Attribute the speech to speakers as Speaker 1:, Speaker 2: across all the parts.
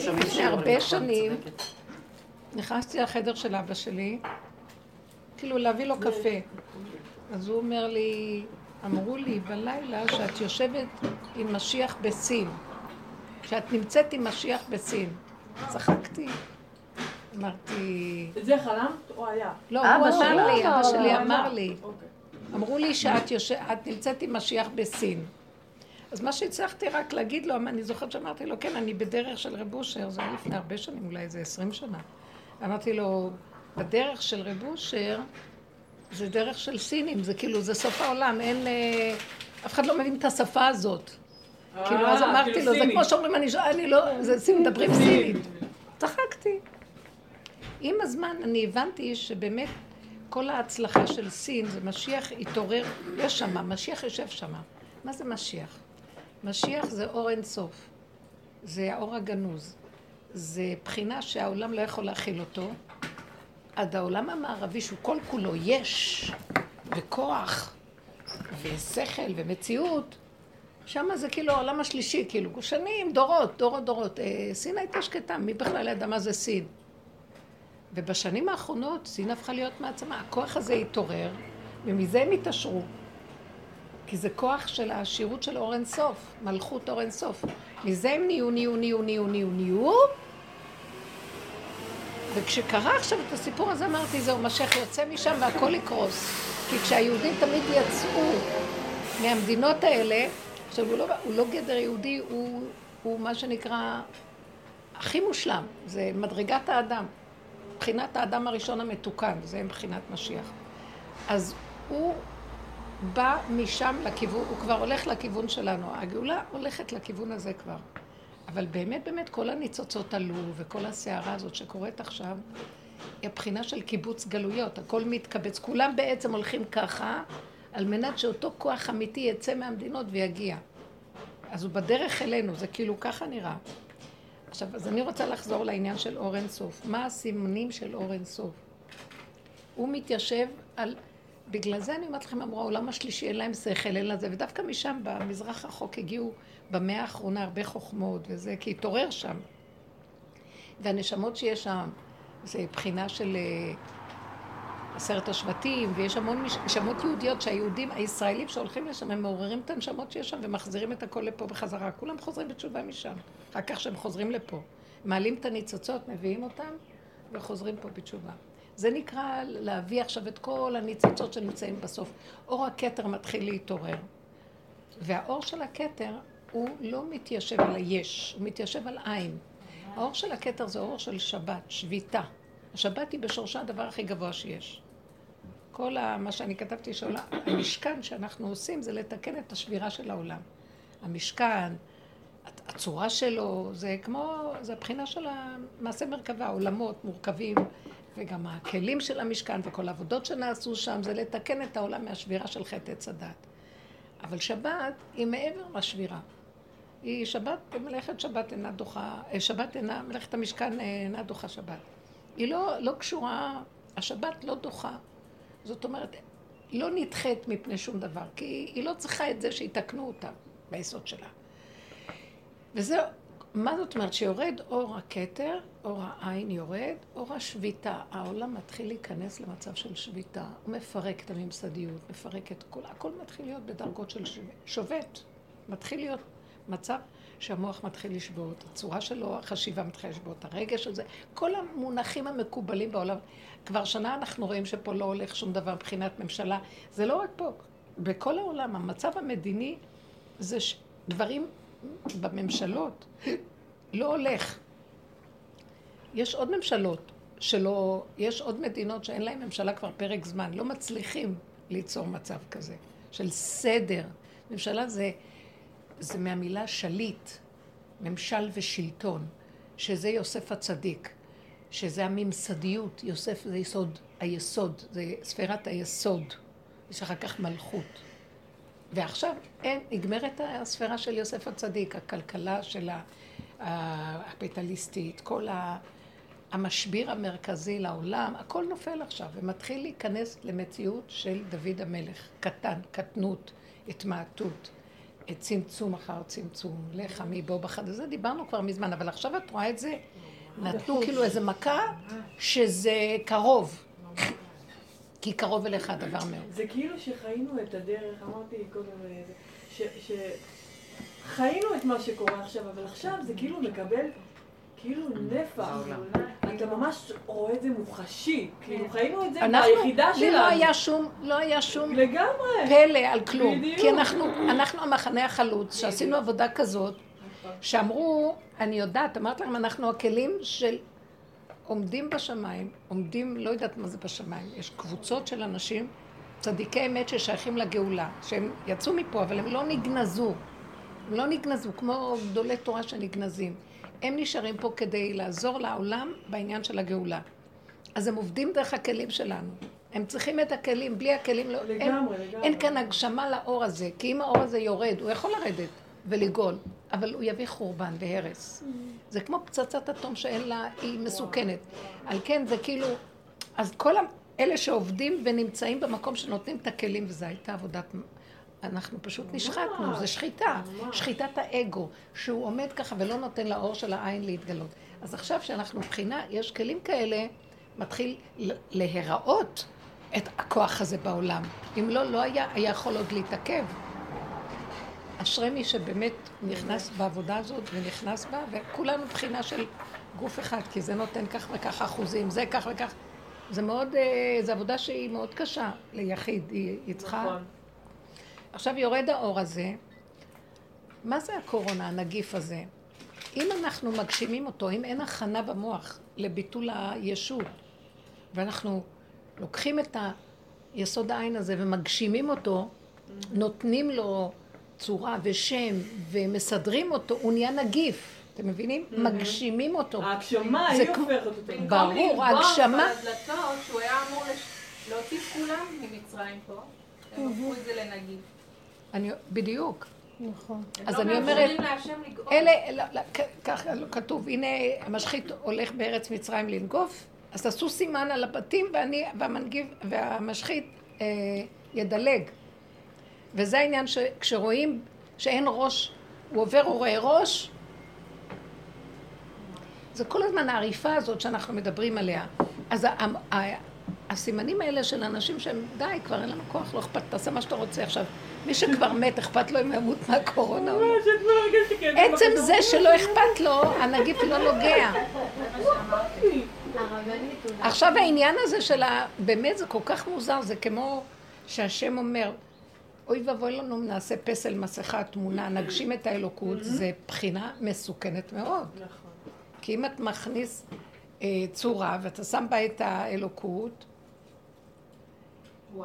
Speaker 1: לפני הרבה שנים נכנסתי לחדר של אבא שלי, כאילו להביא לו קפה. אז הוא אומר לי, אמרו לי בלילה שאת יושבת עם משיח בסין, שאת נמצאת עם משיח בסין. צחקתי. אמרתי...
Speaker 2: את זה חלמת או היה?
Speaker 1: לא, הוא אמר לי, אבא שלי אמר לי. אמרו לי שאת נמצאת עם משיח בסין. אז מה שהצלחתי רק להגיד לו, אני זוכרת שאמרתי לו, כן, אני בדרך של רב אושר, זה היה לפני הרבה שנים, אולי איזה 20 שנה. אמרתי לו, בדרך של רב אושר, זה דרך של סינים, זה כאילו, זה סוף העולם, אין... אף אחד לא מבין את השפה הזאת. כאילו, אז אמרתי לו, זה כמו שאומרים, אני לא... זה סין, מדברים סינית. צחקתי. עם הזמן אני הבנתי שבאמת כל ההצלחה של סין זה משיח התעורר, יש שמה, משיח יושב שמה. מה זה משיח? משיח זה אור אין סוף, זה האור הגנוז, זה בחינה שהעולם לא יכול להכיל אותו, עד העולם המערבי שהוא כל כולו יש, וכוח, ושכל, ומציאות, שם זה כאילו העולם השלישי, כאילו שנים, דורות. סין הייתה שקטה, מי בכלל ידע מה זה סין? ובשנים האחרונות סין הפכה להיות מעצמה, הכוח הזה התעורר, ומזה הם התעשרו. כי זה כוח של השירות של אור אין סוף, מלכות אור אין סוף. מזה הם נהיו. וכשקרה עכשיו את הסיפור הזה אמרתי, זהו, משיח יוצא משם והכל יקרוס. כי כשהיהודים תמיד יצאו מהמדינות האלה, עכשיו הוא לא גדר יהודי, הוא מה שנקרא הכי מושלם, זה מדרגת האדם. מבחינת האדם הראשון המתוקן, זה מבחינת משיח. אז הוא בא משם לכיוון, הוא כבר הולך לכיוון שלנו, הגאולה הולכת לכיוון הזה כבר. אבל באמת כל הניצוצות עלו, וכל הסערה הזאת שקורית עכשיו, היא הבחינה של קיבוץ גלויות, הכל מתקבץ, כולם בעצם הולכים ככה, על מנת שאותו כוח אמיתי יצא מהמדינות ויגיע. אז הוא בדרך אלינו, זה כאילו ככה נראה. עכשיו, אז אני רוצה לחזור לעניין של אור אין סוף. מה הסימנים של אור אין סוף? הוא מתיישב על... בגלל זה אני אומרת לכם, אמרו, העולם השלישי אין להם שכל, אין לזה, ודווקא משם, במזרח הרחוק, הגיעו במאה האחרונה הרבה חוכמות, וזה כי התעורר שם. והנשמות שיש שם, זה בחינה של 10 השבטים, ויש המון נשמות יהודיות שהיהודים, הישראלים שהולכים לשם, הם מעוררים את הנשמות שיש שם ומחזירים את הכל לפה בחזרה. כולם חוזרים בתשובה משם, רק כך שהם חוזרים לפה. מעלים את הניצוצות, מביאים אותם וחוזרים פה בתשובה. זה נקרא להביא עכשיו את כל הניצוצות שנמצאים בסוף. אור הכתר מתחיל להתעורר. והאור של הכתר הוא לא מתיישב על היש, הוא מתיישב על עין. האור של הכתר זה אור של שבת, שביתה. השבת היא בשורשה הדבר הכי גבוה שיש. כל מה שאני כתבתי, המשכן שאנחנו עושים זה לתקן את השבירה של העולם. המשכן, הצורה שלו, זה כמו, זה הבחינה של המעשה מרכבה, עולמות מורכבים, וגם הכלים של המשכן וכל העבודות שנעשו שם, זה לתקן את העולם מהשבירה של חטא עץ הדת. אבל שבת היא מעבר לשבירה. היא שבת, מלאכת שבת אינה דוחה, שבת אינה, מלאכת המשכן אינה דוחה שבת. היא לא קשורה, השבת לא דוחה. זאת אומרת, לא נדחית מפני שום דבר, כי היא לא צריכה את זה שיתקנו אותה ביסוד שלה. וזה, מה זאת אומרת? שיורד אור הכתר, אור העין יורד, אור השביתה. העולם מתחיל להיכנס למצב של שביתה. הוא מפרק את הממסדיות, מפרק את הכל מתחיל להיות בדרגות של שובת. מתחיל להיות מצב שהמוח מתחיל לשבות, הצורה שלו, החשיבה מתחיל לשבות, הרגש הזה, כל המונחים המקובלים בעולם. כבר שנה אנחנו רואים שפה לא הולך שום דבר מבחינת ממשלה. זה לא רק פה, בכל העולם, המצב המדיני זה דברים בממשלות לא הולך. יש עוד ממשלות שלא, יש עוד מדינות שאין להן ממשלה כבר פרק זמן, לא מצליחים ליצור מצב כזה של סדר. ממשלה זה מהמילה שליט, ממשל ושלטון, שזה יוסף הצדיק, שזה הממסדיות, יוסף זה היסוד, זה ספירת היסוד, יש אחר כך מלכות. ועכשיו נגמרת הספירה של יוסף הצדיק, הכלכלה של הקפיטליסטית, כל המשביר המרכזי לעולם, הכל נופל עכשיו ומתחיל להיכנס למציאות של דוד המלך, קטן, קטנות, התמעטות. צמצום אחר צמצום, לך מבוא בחד, זה דיברנו כבר מזמן, אבל עכשיו את רואה את זה, נתנו כאילו איזה מכה שזה קרוב, כי קרוב אליך הדבר מאוד.
Speaker 2: זה כאילו שחיינו את הדרך, אמרתי קודם, שחיינו את מה שקורה עכשיו, אבל עכשיו זה כאילו מקבל כאילו נפח, אתה ממש רואה את זה מוחשי, כאילו חיינו את זה ביחידה שלנו.
Speaker 1: לא היה שום
Speaker 2: לגמרי
Speaker 1: פלא על כלום, כי אנחנו המחנה החלוץ, שעשינו עבודה כזאת, שאמרו, אני יודעת, אמרת להם, אנחנו הכלים של עומדים בשמיים, עומדים, לא יודעת מה זה בשמיים, יש קבוצות של אנשים, צדיקי אמת ששייכים לגאולה, שהם יצאו מפה, אבל הם לא נגנזו, כמו גדולי תורה שנגנזים. הם נשארים פה כדי לעזור לעולם בעניין של הגאולה. אז הם עובדים דרך הכלים שלנו. הם צריכים את הכלים, בלי הכלים לא...
Speaker 2: לגמרי.
Speaker 1: אין כאן הגשמה לאור הזה, כי אם האור הזה יורד, הוא יכול לרדת ולגול, אבל הוא יביא חורבן והרס. זה כמו פצצת אטום שאין לה, היא מסוכנת. על כן זה כאילו... אז כל אלה שעובדים ונמצאים במקום שנותנים את הכלים, וזו הייתה עבודת... אנחנו פשוט נשחטנו, זה שחיטה, שחיטת האגו, שהוא עומד ככה ולא נותן לאור של העין להתגלות. אז עכשיו שאנחנו מבחינה, יש כלים כאלה, מתחיל להיראות את הכוח הזה בעולם. אם לא היה יכול עוד להתעכב. אשרי מי שבאמת נכנס בעבודה הזאת ונכנס בה, וכולנו מבחינה של גוף אחד, כי זה נותן כך וכך אחוזים, זה כך וכך. זה מאוד, זו עבודה שהיא מאוד קשה ליחיד, היא צריכה...
Speaker 2: נכון.
Speaker 1: עכשיו יורד האור הזה, מה זה הקורונה, הנגיף הזה? אם אנחנו מגשימים אותו, אם אין הכנה במוח לביטול הישות, ואנחנו לוקחים את היסוד העין הזה ומגשימים אותו, נותנים לו צורה ושם ומסדרים אותו, הוא נהיה נגיף. אתם מבינים? מגשימים אותו.
Speaker 2: ההגשמה היא הופכת אותו.
Speaker 1: ברור, ההגשמה...
Speaker 3: במקום לדלתות שהוא היה אמור להוציא כולם ממצרים פה, הם הפכו את זה לנגיף.
Speaker 1: בדיוק.
Speaker 4: נכון.
Speaker 1: אז אני אומרת...
Speaker 3: הם לא מאפשרים להשם לגאול.
Speaker 1: ככה כתוב, הנה המשחית הולך בארץ מצרים לנגוף, אז תעשו סימן על הבתים והמשחית ידלג. וזה העניין שכשרואים שאין ראש, הוא עובר רואה ראש, זה כל הזמן העריפה הזאת שאנחנו מדברים עליה. אז הסימנים האלה של אנשים שהם די, כבר אין לנו כוח, לא אכפת, תעשה מה שאתה רוצה עכשיו. מי שכבר מת, אכפת לו אם ימות מהקורונה. עצם זה שלא אכפת לו, הנגיף לא נוגע. עכשיו העניין הזה של באמת זה כל כך מוזר, זה כמו שהשם אומר, אוי ואבוי לנו נעשה פסל מסכה תמונה, נגשים את האלוקות, זה בחינה מסוכנת מאוד. כי אם את מכניס צורה ואתה שם בה את האלוקות,
Speaker 3: וואו.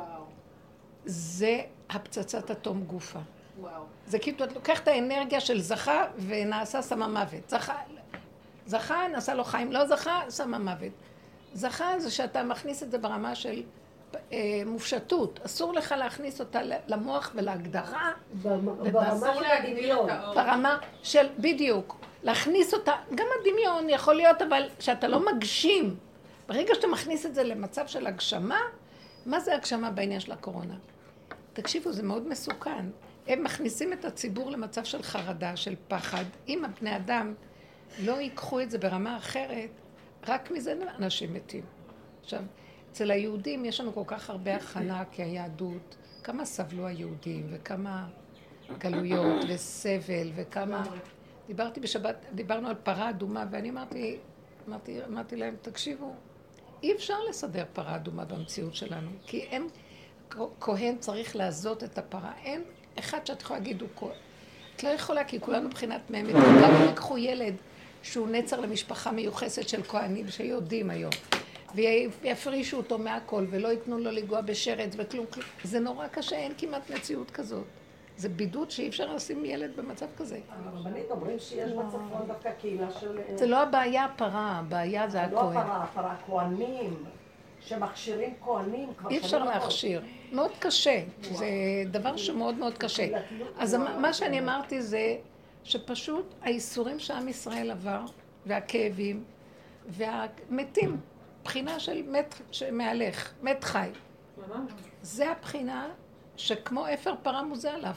Speaker 1: זה הפצצת אטום גופה.
Speaker 3: וואו.
Speaker 1: זה כאילו, את לוקח את האנרגיה של זכה ונעשה שמה מוות. זכה, נעשה לו חיים, לא זכה, שמה מוות. זכה זה שאתה מכניס את זה ברמה של מופשטות. אסור לך להכניס אותה למוח ולהגדרה.
Speaker 4: ברמה של הדמיון.
Speaker 1: ברמה של, בדיוק. להכניס אותה, גם הדמיון יכול להיות, אבל שאתה לא מגשים. ברגע שאתה מכניס את זה למצב של הגשמה, מה זה הגשמה בעניין של הקורונה? תקשיבו, זה מאוד מסוכן. הם מכניסים את הציבור למצב של חרדה, של פחד. אם הבני אדם לא ייקחו את זה ברמה אחרת, רק מזה אנשים מתים. עכשיו, אצל היהודים יש לנו כל כך הרבה הכנה כיהדות, כמה סבלו היהודים וכמה גלויות וסבל וכמה... דיברתי בשבת, דיברנו על פרה אדומה, ואני אמרתי להם, תקשיבו, אי אפשר לסדר פרה אדומה במציאות שלנו, כי אין, כהן צריך לעזות את הפרה, אין אחד שאת יכולה להגיד הוא כהן. את לא יכולה, כי כולנו בחינת מהם, גם אם יקחו ילד שהוא נצר למשפחה מיוחסת של כהנים שיודעים היום, ויפרישו אותו מהכל, ולא ייתנו לו לגוע בשרץ וכלום, זה נורא קשה, אין כמעט מציאות כזאת. זה בידוד שאי אפשר לשים ילד במצב כזה.
Speaker 4: הרבנית אומרים שיש בצפון דווקא קהילה של...
Speaker 1: זה לא הבעיה הפרה, הבעיה זה הכהן.
Speaker 4: לא הפרה, כהנים, שמכשירים כהנים.
Speaker 1: אי אפשר להכשיר. מאוד קשה. זה דבר שמאוד מאוד קשה. אז מה שאני אמרתי זה שפשוט האיסורים שעם ישראל עבר, והכאבים, והמתים, בחינה של מת מהלך, מת חי. זה הבחינה שכמו אפר פרה מוזה עליו.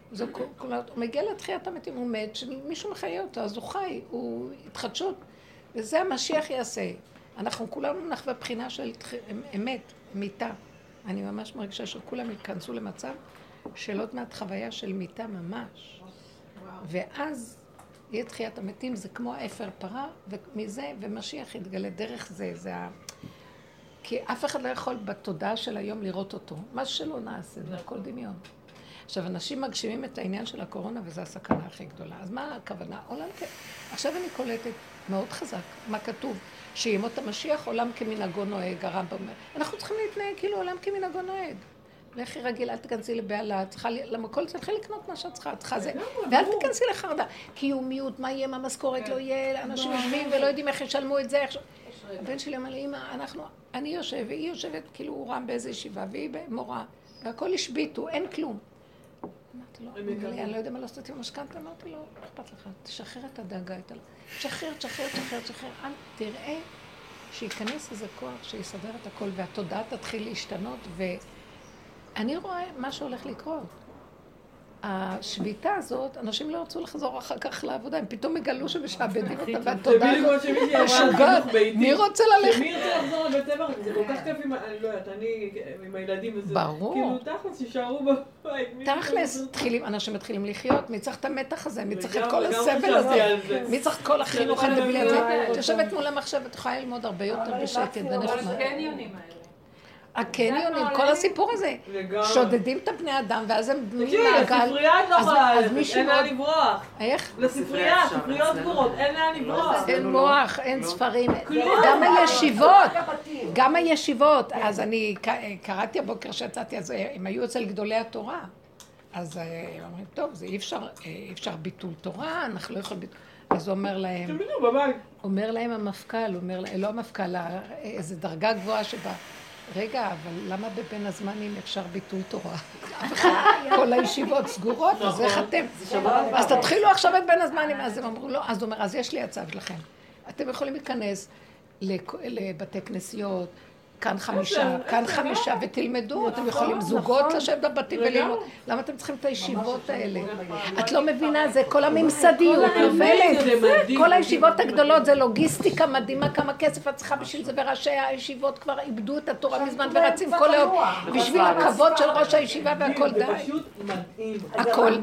Speaker 1: הוא מגיע לתחיית המתים, הוא מת, שמישהו מחיה אותו, אז הוא חי, הוא התחדשות. וזה המשיח יעשה. אנחנו כולנו נחווה בחינה של אמת, מיטה. אני ממש מרגישה שכולם ייכנסו למצב של עוד מעט חוויה של מיטה ממש. ואז יהיה תחיית המתים, זה כמו אפר פרה, ומזה, ומשיח יתגלה דרך זה כי אף אחד לא יכול בתודעה של היום לראות אותו. מה שלא נעשה, זה הכל דמיון. עכשיו, אנשים מגשימים את העניין של הקורונה, וזו הסכנה הכי גדולה. אז מה הכוונה? עכשיו אני קולטת מאוד חזק, מה כתוב? שימות המשיח, עולם כמנהגו נוהג, הרמב"ם אומר. אנחנו צריכים להתנהג כאילו עולם כמנהגו נוהג. לכי רגיל, אל תכנסי לבעלה, צריכה למקול, צריכה לקנות מה שאת צריכה זה. ואל תכנסי לחרדה. קיומיות, מה יהיה, מה משכורת לא יהיה, אנשים יושבים ולא יודעים איך ישלמו את זה. הבן שלי אמר לי, אמא, אני יושב, והיא יושבת כאילו הוא רם באיזו ישיבה, והיא במורה, והכל השביטו, אין כלום. אמרתי לו, אני לא יודע מה לעשות עם המשכנתא, אמרתי לו, אכפת לך, תשחרר את הדאגה, תשחרר, תראה שיכנס איזה כוח שיסדר את הכל, והתודעה תתחיל להשתנות, ואני רואה מה שהולך לקרות. השביתה הזאת, אנשים לא רצו לחזור אחר כך לעבודה, הם פתאום מגלו שמשעבדים אותה, והתודעה הזאת משוגעת, מי רוצה ללכת?
Speaker 2: שמי ירצה לחזור לבית ספר? זה כל כך כיף אני עם הילדים וזה.
Speaker 1: ברור.
Speaker 2: כאילו תכלס, שישארו בבית.
Speaker 1: תכלס, אנשים מתחילים לחיות, מי צריך את המתח הזה, מי צריך את כל הסבל הזה, מי צריך את כל החינוך הדבילי הזה. תשבת מול המחשב, את יכולה ללמוד הרבה יותר בשקט ונחמד.
Speaker 3: הקניונים האלה.
Speaker 1: הקניונים, כל הסיפור הזה, שודדים את הבני אדם, ואז הם בני מעגל.
Speaker 2: לספרייה את לא יכולה ללכת, אין לה לברוח.
Speaker 1: איך?
Speaker 2: לספרייה, ספריות סגורות, אין לה לברוח.
Speaker 1: אין מוח, אין ספרים, גם הישיבות, אז אני קראתי הבוקר שיצאתי, אז הם היו אצל גדולי התורה, אז הם אומרים, טוב, זה אי אפשר ביטול תורה, אנחנו לא יכולים ביטול, אז הוא אומר להם המפכ"ל, לא המפכ"ל, איזו דרגה גבוהה שבה, רגע, אבל למה בבין הזמנים אפשר ביטול תורה? כל הישיבות סגורות, אז איך אתם? אז תתחילו עכשיו את בין הזמנים, אז הם אמרו, לא, אז הוא אומר, אז יש לי הצעה לכם. אתם יכולים להיכנס לבתי כנסיות, כאן 5, ותלמדו, אתם יכולים זוגות לשבת בבתים וללמוד. למה אתם צריכים את הישיבות האלה? את לא מבינה, זה כל הממסדיות, נובלת. כל הישיבות הגדולות זה לוגיסטיקה מדהימה, כמה כסף את צריכה בשביל זה, וראשי הישיבות כבר איבדו את התורה מזמן ורצים כל היום בשביל הכבוד של ראש הישיבה והכל די. הכל.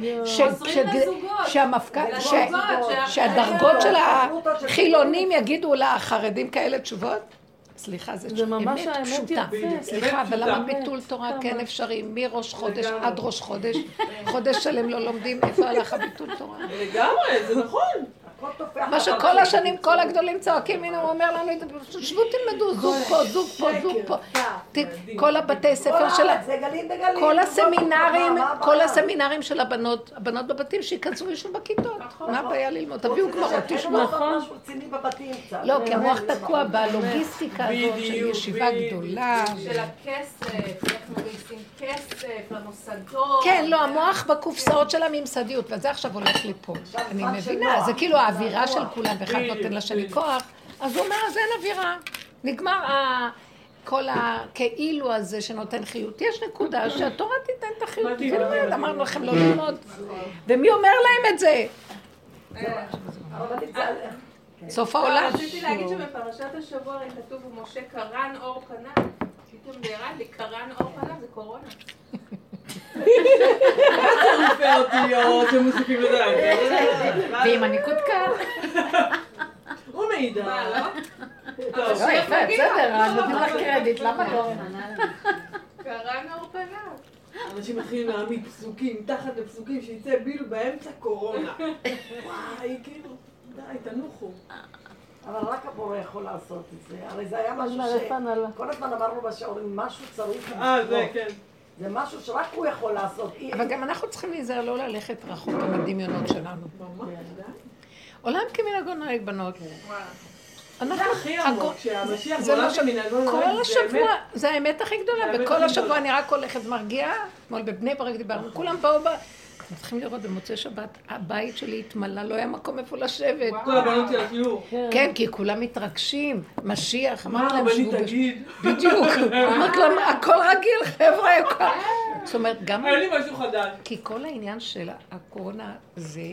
Speaker 1: שהדרגות של החילונים יגידו לחרדים כאלה תשובות? סליחה, זה אמת פשוטה. סליחה, אבל למה ביטול תורה כן אפשרי? מראש חודש עד ראש חודש? חודש שלם לא לומדים, איפה הלך הביטול תורה?
Speaker 2: לגמרי, זה נכון.
Speaker 1: מה שכל השנים, כל הגדולים צועקים, הנה הוא אומר לנו, שבו תלמדו, זוג פה, זוג פה, זוג פה. כל הבתי ספר של כל הסמינרים של הבנות בבתים שיכנסו וישבו בכיתות. מה הבעיה ללמוד? תביאו גמרות, תשמעו. לא, כי המוח תקוע בלוגיסטיקה הזאת של ישיבה גדולה.
Speaker 3: של הכסף, איך מגייסים כסף, למוסדות.
Speaker 1: כן, לא, המוח בקופסאות של הממסדיות, וזה עכשיו הולך לי פה. אני מבינה, זה כאילו האווירה של כולם, ואחד נותן לשני כוח, אז הוא אומר, אז אין אווירה. נגמר כל הכאילו הזה שנותן חיות. יש נקודה שהתורה תיתן את החיות. אמרנו לכם לא ללמוד. ומי אומר להם את זה? סוף העולם.
Speaker 3: רציתי להגיד שבפרשת השבוע כתוב, משה קרן אור פניו. פתאום נראה לי, קרן אור פניו זה קורונה.
Speaker 2: צירופי אותיות שמוסיפים לדעת.
Speaker 1: ועם הניקוד קר.
Speaker 2: הוא מידע.
Speaker 3: מה, לא?
Speaker 1: לא, יפה, בסדר, נותנים לך קרדיט, למה לא?
Speaker 3: קרן אור פניו.
Speaker 2: אנשים מתחילים להעמיד פסוקים, תחת לפסוקים, שיצא בילו באמצע קורונה. וואי, כאילו, די, תנוחו.
Speaker 4: אבל רק הבורא יכול לעשות את זה. הרי זה היה משהו כל הזמן אמרנו בשיעורים, משהו צריך לקרות.
Speaker 2: זה כן.
Speaker 4: זה משהו שרק הוא יכול לעשות.
Speaker 1: אבל גם אנחנו צריכים להיזהר לא ללכת רחוק עם הדמיונות שלנו. עולם כמנהגו נוהג בנות.
Speaker 2: זה הכי עמוק, שהמשיח
Speaker 1: זה
Speaker 2: עולם כמנהגו נוהג.
Speaker 1: כל השבוע, זה האמת הכי גדולה. בכל השבוע אני רק הולכת מרגיעה. אתמול בבני ברק דיברנו, כולם באו אתם צריכים לראות, במוצאי שבת, הבית שלי התמלא, לא היה מקום איפה לשבת.
Speaker 2: כל הבנות של השיעור.
Speaker 1: כן, כי כולם מתרגשים. משיח,
Speaker 2: מה הרבנית תגיד?
Speaker 1: בדיוק. אמרת להם, הכל רגיל, חבר'ה. זאת אומרת, גם...
Speaker 2: אין לי משהו חדש.
Speaker 1: כי כל העניין של הקורונה זה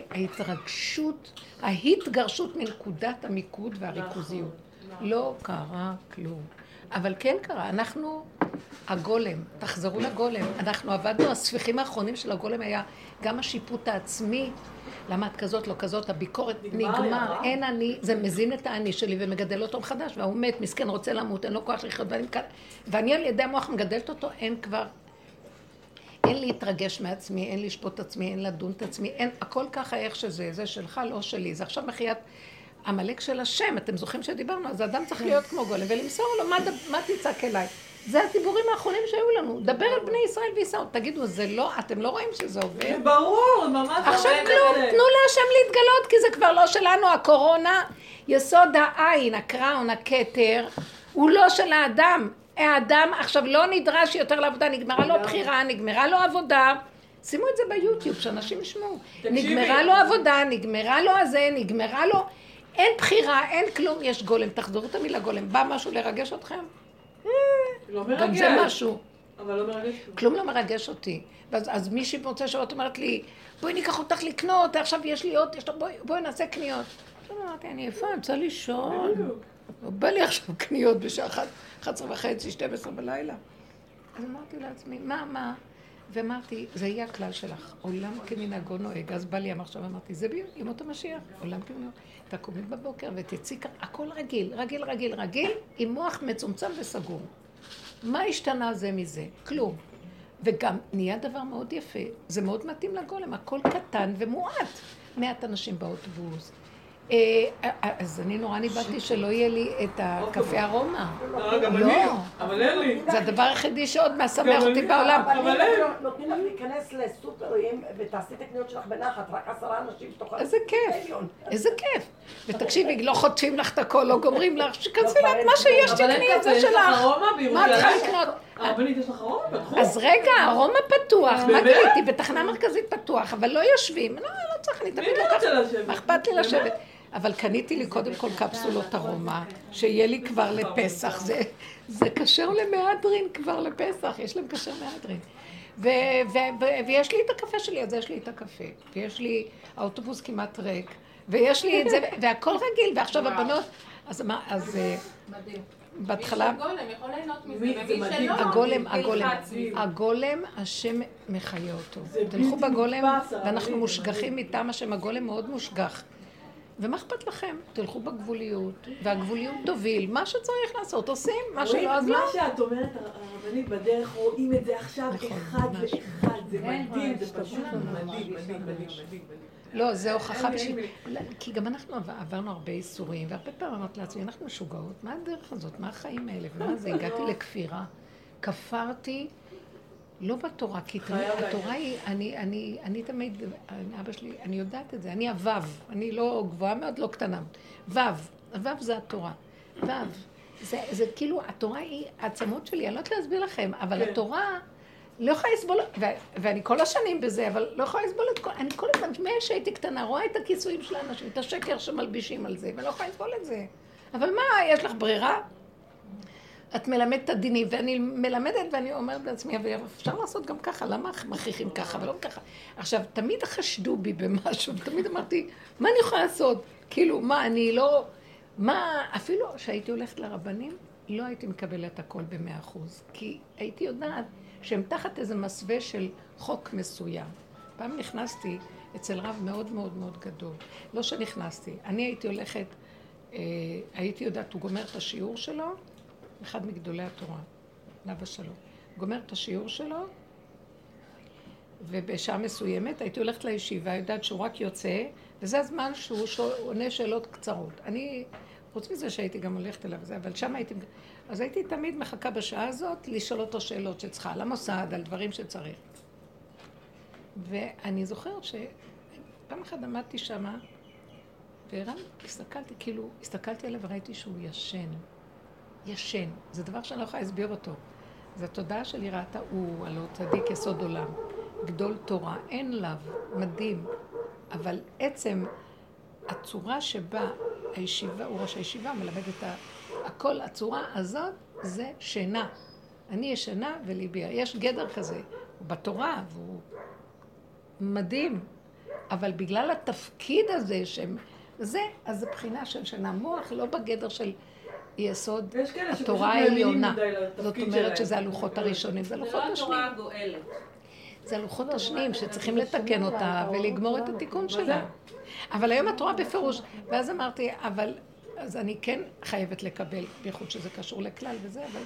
Speaker 1: ההתגרשות מנקודת המיקוד והריכוזיות. לא קרה כלום. אבל כן קרה, אנחנו הגולם, תחזרו לגולם. אנחנו עבדנו, הספיחים האחרונים של הגולם היה גם השיפוט העצמי, למה את כזאת, לא כזאת, הביקורת נגמר, אין אני, זה מזין את האני שלי ומגדל אותו מחדש, והוא מת, מסכן, רוצה למות, אין לו כוח לחיות, ואני על ידי המוח מגדלת אותו, אין להתרגש מעצמי, אין לשפוט עצמי, אין לדון את עצמי, אין, הכל ככה איך שזה, זה שלך, לא שלי, זה עכשיו מחיית המלאק של השם, אתם זוכרים שדיברנו, אז האדם צריך להיות כמו גולם, ולמסור לו, מה תצעק אליי? זה הדיבורים האחרונים שהיו לנו, דבר על בני ישראל וישראל, תגידו, זה לא, אתם לא רואים שזה עובד?
Speaker 2: זה ברור, ממש עובד.
Speaker 1: עכשיו כלום, תנו להשם להתגלות, כי זה כבר לא שלנו, הקורונה, יסוד העין, הקראון, הכתר, הוא לא של האדם. האדם עכשיו לא נדרש יותר לעבודה, נגמרה לו בחירה, נגמרה לו עבודה. שימו את זה ביוטיוב, שאנשים ישמעו. נגמרה לו עבודה, נגמרה לו הזה, נגמרה לו... אין בחירה, אין כלום, יש גולם. תחזרו את המילה גולם. בא משהו לרגש אתכם?
Speaker 2: לא מרגש.
Speaker 1: גם זה משהו.
Speaker 2: אבל לא מרגש.
Speaker 1: כלום לא מרגש אותי. אז מישהי במוצאי שבת אומרת לי, בואי ניקח אותך לקנות, עכשיו יש לי עוד, בואי נעשה קניות. עכשיו אמרתי, אני יפה, אני רוצה לישון. בא לי עכשיו קניות בשעה 11:30, 12 בלילה. אז אמרתי לעצמי, מה? ואמרתי, זה יהיה הכלל שלך, עולם כמנהגו נוהג. אז בא לי המחשב, אמרתי, זה ימות המשיח, עולם כמנהגו. תקומי בבוקר ותצאי, הכל רגיל, עם מוח מצומצם וסגור. מה השתנה זה מזה? כלום. וגם נהיה דבר מאוד יפה, זה מאוד מתאים לגולם, הכל קטן ומועט. 100 אנשים באוטובוס. אז אני נורא ניבדתי שלא יהיה לי את הקפה ארומה.
Speaker 2: לא. אבל אין לי.
Speaker 1: זה הדבר היחידי שעוד משמח אותי בעולם.
Speaker 4: אבל אין. נותנים לך להיכנס לסופרים ותעשי את הקניות שלך בנחת, רק 10 אנשים תוכל...
Speaker 1: איזה כיף. ותקשיבי, לא חוטפים לך את הכל, לא גומרים לך, שכנסי לך מה שיש תקני, את זה שלך. מה את צריכה לקנות?
Speaker 2: הרבנית, יש לך ארומה פתוח?
Speaker 1: אז רגע, ארומה פתוח, מה גיליתי? בתחנה מרכזית פתוח, אבל לא יושבים. לא צריך, אני תמיד לוקחת. מה אכפת לי לשבת? אבל קניתי לי קודם כל קפסולות ארומה, שיהיה לי כבר לפסח. זה קשר למהדרין כבר לפסח, יש להם קשר מהדרין. ויש לי את הקפה שלי, אז יש לי את הקפה. ויש לי האוטובוס כמעט ריק, ויש לי את זה, והכל רגיל, ועכשיו הבנות, אז מה, אז...
Speaker 3: מדהים.
Speaker 1: בהתחלה...
Speaker 3: מי של גולם יכול ליהנות מזה, ומי שלא...
Speaker 1: הגולם, השם מחיה אותו. תלכו בגולם, ואנחנו מושגחים מטעם השם, הגולם מאוד מושגח. ומה אכפת לכם? תלכו בגבוליות, והגבוליות תוביל, מה שצריך לעשות, עושים, מה שלא אז לא.
Speaker 2: מה שאת אומרת, הרבנית, בדרך רואים את זה עכשיו אחד ואחד, זה מדהים, זה פשוט מדהים.
Speaker 1: לא, זה הוכחה בשביל... כי גם אנחנו עברנו הרבה איסורים, והרבה פעמים אמרתי לעצמי, אנחנו משוגעות, מה הדרך הזאת, מה החיים האלה, ומה זה, הגעתי לכפירה, כפרתי, לא בתורה, כי התורה היא, אני תמיד, אבא שלי, אני יודעת את זה, אני הוו, אני לא גבוהה מאוד, לא קטנה, הוו זה התורה, זה כאילו, התורה היא העצמות שלי, אני לא יודעת להסביר לכם, אבל התורה לא יכולה לסבול, ואני כל השנים בזה, אבל לא יכולה לסבול את כל, אני כל הזמן, שהייתי קטנה, רואה את הכיסויים של האנשים, את השקר שמלבישים על זה, ולא יכולה לסבול את זה. אבל מה, יש לך ברירה? את מלמדת את הדינים, ואני מלמדת ואני אומרת בעצמי, אבל אפשר לעשות גם ככה, למה מכריחים ככה ולא ככה? עכשיו, תמיד חשדו בי במשהו, ותמיד אמרתי, מה אני יכולה לעשות? כאילו, מה, אני לא... מה, אפילו שהייתי הולכת לרבנים, לא הייתי מקבלת הכל ב100%, כי הייתי יודעת שהם תחת איזה מסווה של חוק מסוים. פעם נכנסתי אצל רב מאוד מאוד מאוד גדול. לא שנכנסתי, אני הייתי הולכת, הייתי יודעת, הוא גומר את השיעור שלו, אחד מגדולי התורה, לאבא שלו. הוא גומר את השיעור שלו, ובשעה מסוימת הייתי הולכת לישיבה, יודעת שהוא רק יוצא, וזה הזמן שהוא עונה שאלות קצרות. אני, חוץ מזה שהייתי גם הולכת אליו, אבל שם הייתי... אז הייתי תמיד מחכה בשעה הזאת לשאול אותו שאלות שצריכה, על המוסד, על דברים שצריך. ואני זוכרת שפעם אחת עמדתי שמה, הסתכלתי, כאילו, הסתכלתי עליו וראיתי שהוא ישן. זה דבר שאני לא יכולה להסביר אותו. זו התודעה של יראת הוא, הלא צדיק יסוד עולם, גדול תורה, אין לאו, מדהים. אבל עצם הצורה שבה הישיבה, הוא ראש הישיבה, מלמד את הכל, הצורה הזאת זה שינה. אני ישנה וליבי, יש גדר כזה. הוא בתורה, והוא מדהים. אבל בגלל התפקיד הזה, אז זה בחינה של שנה. מוח לא בגדר של יסוד התורה העליונה. זאת אומרת שזה הלוחות הראשונים, זה הלוחות השניים.
Speaker 3: זה לא התורה הגואלת.
Speaker 1: זה הלוחות השניים שצריכים לתקן אותה ולגמור את התיקון שלה. אבל היום את רואה בפירוש, ואז אמרתי, אז אני כן חייבת לקבל, בייחוד שזה קשור לכלל וזה, אבל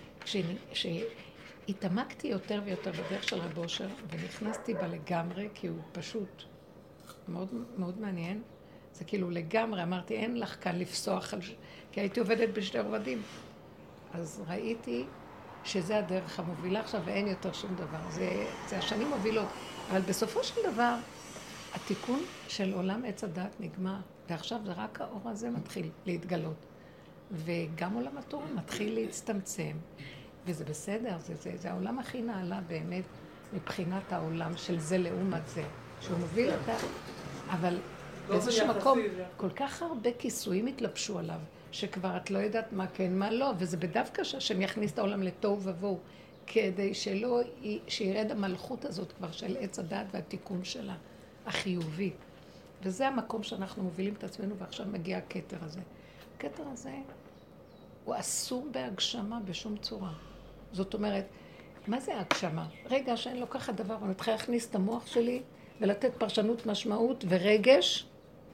Speaker 1: כשהתעמקתי יותר ויותר בדרך של רב אושר, ונכנסתי בה לגמרי, כי הוא פשוט מאוד מאוד מעניין, זה כאילו לגמרי, אמרתי, אין לך כאן לפסוח, כי הייתי עובדת בשתי רבדים. אז ראיתי שזה הדרך המובילה עכשיו, ואין יותר שום דבר. זה השנים מובילות. אבל בסופו של דבר, התיקון של עולם עץ הדעת נגמר, ועכשיו זה רק האור הזה מתחיל להתגלות. וגם עולם התורה מתחיל להצטמצם, וזה בסדר, זה העולם הכי נעלה באמת, מבחינת העולם של זה לעומת זה, שהוא מוביל אותה, אבל באיזשהו מקום, כל כך הרבה כיסויים התלבשו עליו, שכבר את לא יודעת מה כן, מה לא, וזה בדווקא שהשם יכניס את העולם לתוהו ובוהו, כדי שירד המלכות הזאת כבר של עץ הדעת והתיקון שלה, החיובי. וזה המקום שאנחנו מובילים את עצמנו, ועכשיו מגיע הכתר הזה. הכתר הזה הוא אסור בהגשמה בשום צורה. זאת אומרת, מה זה ההגשמה? רגע שאני לוקחת דבר ומתחילה להכניס את המוח שלי ולתת פרשנות משמעות ורגש,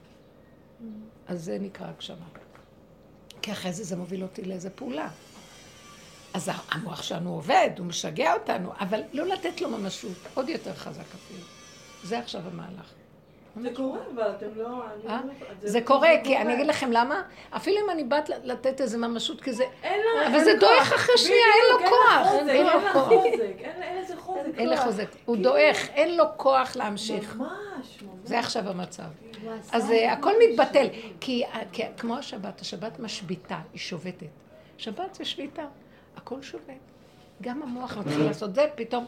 Speaker 1: אז זה נקרא הגשמה. כי אחרי זה מוביל אותי לאיזה פעולה. אז המוח שלנו עובד, הוא משגע אותנו, אבל לא לתת לו ממשות, עוד יותר חזק אפילו. זה עכשיו המהלך.
Speaker 2: זה קורה, אבל אתם לא...
Speaker 1: זה קורה, כי אני אגיד לכם למה, אפילו אם אני באת לתת איזה ממשות כזה, אבל זה דועך אחרי שנייה, אין לו כוח.
Speaker 2: אין לך חוזק, אין איזה חוזק.
Speaker 1: אין לו חוזק, הוא דועך, אין לו כוח להמשיך.
Speaker 2: ממש.
Speaker 1: זה עכשיו המצב. אז הכל מתבטל, כי כמו השבת משביתה, היא שובתת. שבת זה שביתה, הכל שובת. גם המוח מתחיל לעשות זה, פתאום...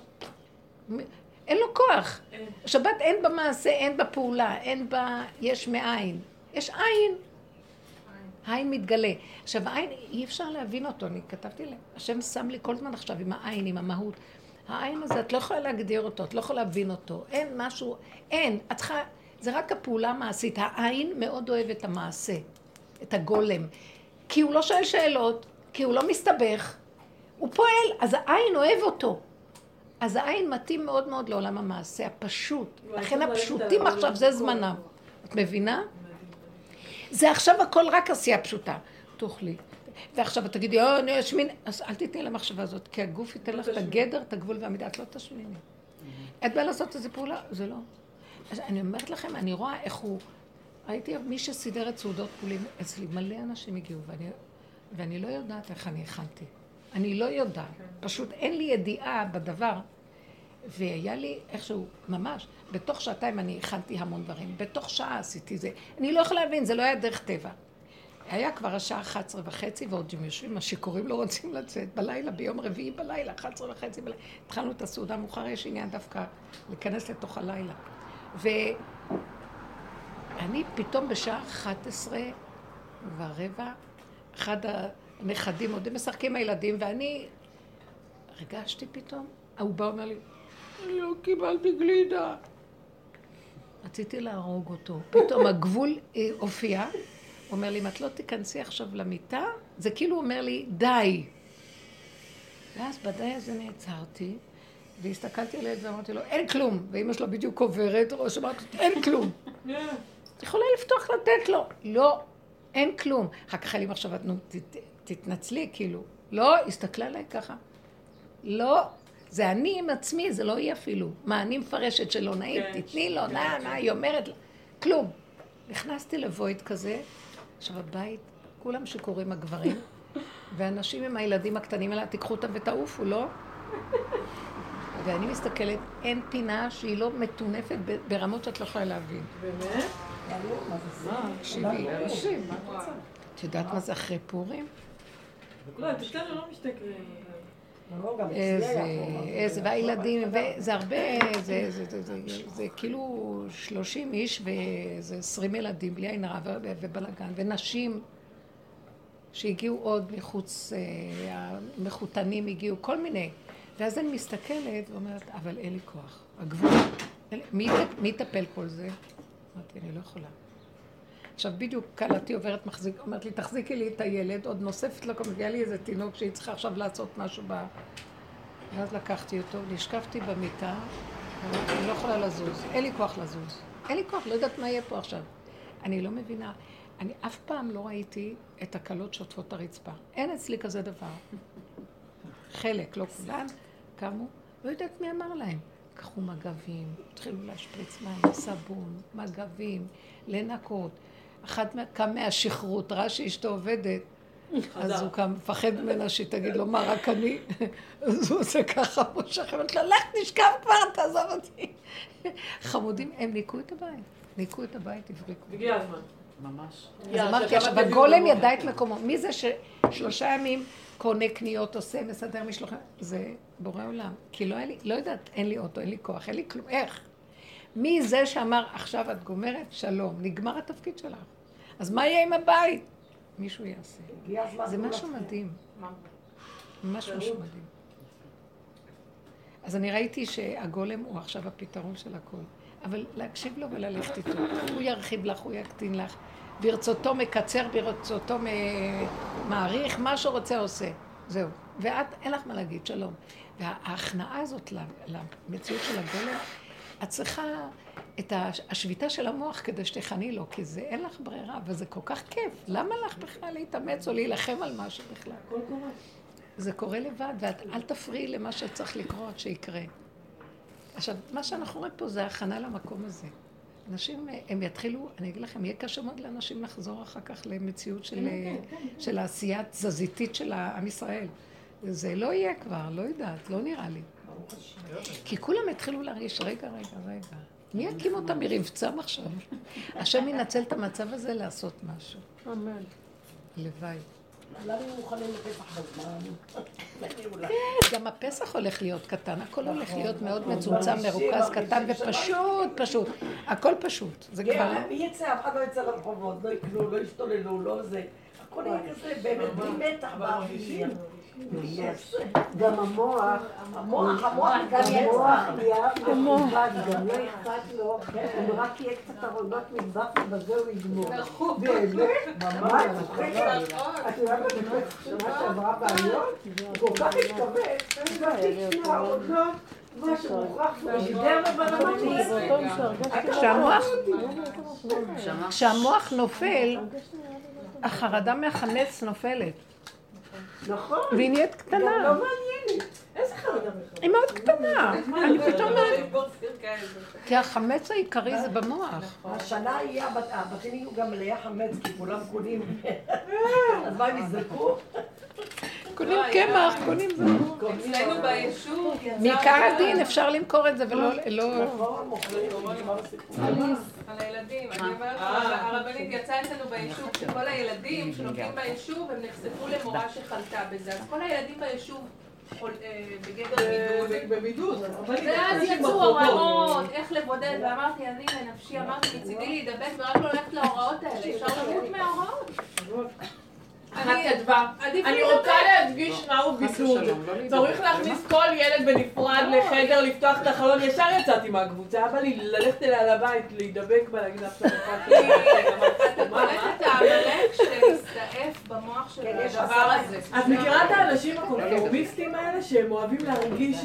Speaker 1: אין לו כוח. שבת אין במעשה, אין בפעולה, אין בה, יש מאין. יש עין. העין מתגלה. עכשיו, העין, אי אפשר להבין אותו, אני כתבתי להם. השם שם לי כל זמן עכשיו עם העין, עם המהות. העין הזה, את לא יכולה להגדיר אותו, את לא יכולה להבין אותו. אין משהו, אין. את צריכה, זה רק הפעולה המעשית. העין מאוד אוהב את המעשה, את הגולם. כי הוא לא שואל שאלות, כי הוא לא מסתבך. הוא פועל, אז העין אוהב אותו. אז העין מתאים מאוד מאוד לעולם המעשה, הפשוט. לכן הפשוטים עכשיו זה זמנם. את מבינה? זה עכשיו הכל רק עשייה פשוטה. תאכלי. ועכשיו את תגידי, אני אשמין. אז אל תתני למחשבה הזאת, כי הגוף ייתן לך את הגדר, את הגבול והמידה, את לא תשמיני. את באה לעשות איזו פעולה? זה לא. אז אני אומרת לכם, אני רואה איך הוא... ראיתי מי שסידר את סעודות פולים, אצלי מלא אנשים הגיעו, ואני לא יודעת איך אני הכנתי. אני לא יודעת, פשוט אין לי ידיעה בדבר, והיה לי איכשהו, ממש, בתוך שעתיים אני הכנתי המון דברים, בתוך שעה עשיתי זה, אני לא יכולה להבין, זה לא היה דרך טבע. היה כבר השעה 11:30, ועוד הם יושבים, השיכורים לא רוצים לצאת, בלילה, ביום רביעי בלילה, 11:30 בלילה, התחלנו את הסעודה מאוחר, יש עניין דווקא להיכנס לתוך הלילה. ואני פתאום בשעה 11:15, אחד הנכדים עוד הם משחקים הילדים, ואני הרגשתי פתאום, הוא בא ואומר לי, אני לא קיבלתי גלידה. רציתי להרוג אותו. פתאום הגבול הופיע, הוא אומר לי, אם את לא תיכנסי עכשיו למיטה, זה כאילו אומר לי, די. ואז בדי הזה נעצרתי, והסתכלתי על הילד ואמרתי לו, אין כלום. ואמא שלו בדיוק עוברת, ראש אמרתי, אין כלום. יכולה לפתוח לתת לו. לא, אין כלום. אחר כך לי מחשבת, נו, תתנצלי, כאילו. לא, הסתכלה עליי ככה. לא, זה אני עם עצמי, זה לא יהיה אפילו. מה, אני מפרשת שלא נעים, תתני לו, היא אומרת לה. כלום. נכנסתי לבויד כזה, עכשיו הבית, כולם שקוראים הגברים, ואנשים עם הילדים הקטנים האלה, תיקחו אותם ותעופו, לא? ואני מסתכלת, אין פינה שהיא לא מטונפת ברמות שאת לא יכולה להבין.
Speaker 2: באמת?
Speaker 1: תקשיבי. את יודעת מה זה אחרי פורים?
Speaker 2: לא, את אצלנו לא משתכרים.
Speaker 1: איזה, והילדים, וזה הרבה, זה כאילו 30 איש וזה 20 ילדים בלי עין הרע ובלגן, ונשים שהגיעו עוד מחוץ, המחותנים הגיעו, כל מיני, ואז אני מסתכלת ואומרת, אבל אין לי כוח. הגבול, מי יטפל כל זה? אמרתי, אני לא יכולה. עכשיו בדיוק קלתי עוברת אומרת לי, תחזיקי לי את הילד, עוד נוספת לו, מגיעה לי איזה תינוק שהיא צריכה עכשיו לעשות משהו בה. ואז לקחתי אותו, נשקפתי במיטה, אני לא יכולה לזוז, אין לי כוח לזוז. אין לי כוח, לא יודעת מה יהיה פה עכשיו. אני לא מבינה. אני אף פעם לא ראיתי את הקלות שוטפות הרצפה. אין אצלי כזה דבר. חלק, לא כולן, קמו, לא יודעת מי אמר להם. קחו מגבים, התחילו להשפריץ מים, סבון, מגבים, לנקות. אחד קם מהשכרות, ראה שאשתו עובדת, אז הוא קם, מפחד ממנה שהיא תגיד לו, מה, רק אני? אז הוא עושה ככה, מושך, אמרת לו, לך תשכב כבר, תעזוב אותי. חמודים, הם ניקו את הבית. ניקו את הבית, הבריקו.
Speaker 2: הגיע הזמן.
Speaker 5: ממש.
Speaker 1: אז אמרתי, בגולם ידע את מקומו. מי זה ש3 ימים קונה קניות, עושה, מסדר משלוחים? זה בורא עולם. כי לא היה לי, לא יודעת, אין לי אוטו, אין לי כוח, אין לי כלום. איך? מי זה שאמר, עכשיו את גומרת? שלום, נגמר התפקיד שלך. אז מה יהיה עם הבית? מישהו יעשה. זה משהו מדהים. משהו מדהים. אז אני ראיתי שהגולם הוא עכשיו הפתרון של הכל. אבל להקשיב לו וללכת איתו. הוא ירחיב לך, הוא יקטין לך. ברצותו מקצר, ברצותו מעריך, מה שהוא רוצה עושה. זהו. ואת, אין לך מה להגיד, שלום. וההכנעה הזאת למציאות של הגולם, את צריכה את השביטה של המוח כדי שתכני לו, כי זה אין לך ברירה, וזה כל כך כיף. למה לך בכלל להתאמץ או להילחם על משהו בכלל?
Speaker 2: הכל קורה.
Speaker 1: זה קורה לבד, ואת אל תפריעי למה שצריך לקרות, שיקרה. עכשיו, מה שאנחנו רואים פה זה הכנה למקום הזה. אנשים, הם יתחילו, אני אגיד לכם, יהיה קשה מאוד לאנשים לחזור אחר כך למציאות של העשייה התזזיתית של עם ישראל. זה לא יהיה כבר, לא יודעת, לא נראה לי. כי כולם התחילו להרגיש, רגע. מי יקים אותם מרבצם עכשיו? השם ינצל את המצב הזה לעשות משהו.
Speaker 4: אמן.
Speaker 1: לוואי.
Speaker 4: למה מוכנים לפסח בזמן?
Speaker 1: גם הפסח הולך להיות קטן, הכל הולך להיות מאוד מצומצם, מרוכז, קטן ופשוט. הכל פשוט. זה כבר...
Speaker 4: מי יצא? אף אחד לא יצא לרחובות, לא יקנו, לא ישתוללו, לא זה. הכל יהיה כזה, באמת, בלי מתח באוויר.
Speaker 6: גם המוח נהיה מבד, גם לא אכפת לו, אם רק יהיה קצת ארונות מטבח ובזה הוא יגמור. באמת? ממש, את יודעת בפסח שנה שעברה בעיות? הוא כל כך התכווץ, פתיק שני הארונות, מה שמוכרח ושידר לבנמתי.
Speaker 1: כשהמוח נופל, החרדה מהחמץ נופלת.
Speaker 6: נכון.
Speaker 1: והיא נהיית קטנה.
Speaker 6: לא מעניינת.
Speaker 2: איזה חרדה?
Speaker 1: היא מאוד קטנה. אני פתאום אומרת... כי החמץ העיקרי זה במוח.
Speaker 4: השנה יהיה, הבתים יהיו גם מלאי חמץ, כי כולם קונים. אז מה הם יזרקו?
Speaker 1: קונים קמח, קונים זה.
Speaker 3: אצלנו ביישוב
Speaker 1: מעיקר הדין אפשר למכור את זה ולא...
Speaker 4: נכון, מוכרים,
Speaker 3: על הילדים, אני אומרת, הרבנית יצאה אצלנו ביישוב שכל הילדים שלומדים ביישוב הם נחשפו למורה שחלתה בזה, אז כל הילדים ביישוב בגדר בידוד. ואז יצאו הוראות, איך לבודד, ואמרתי, אני לנפשי, אמרתי, מצידי להידבק ורק לא ללכת להוראות האלה, אפשר למות מההוראות.
Speaker 2: אני רוצה להדגיש מהו בידוד. צריך להכניס כל ילד בנפרד לחדר, לפתוח את החלון. ישר יצאתי מהקבוצה, בא לי ללכת אליה לבית, להידבק בה, להגיד עכשיו
Speaker 3: אתה קולט את העמלק שהסתעף במוח של הדבר הזה.
Speaker 2: את מכירה את האנשים הקונפורמיסטים האלה שהם אוהבים להרגיש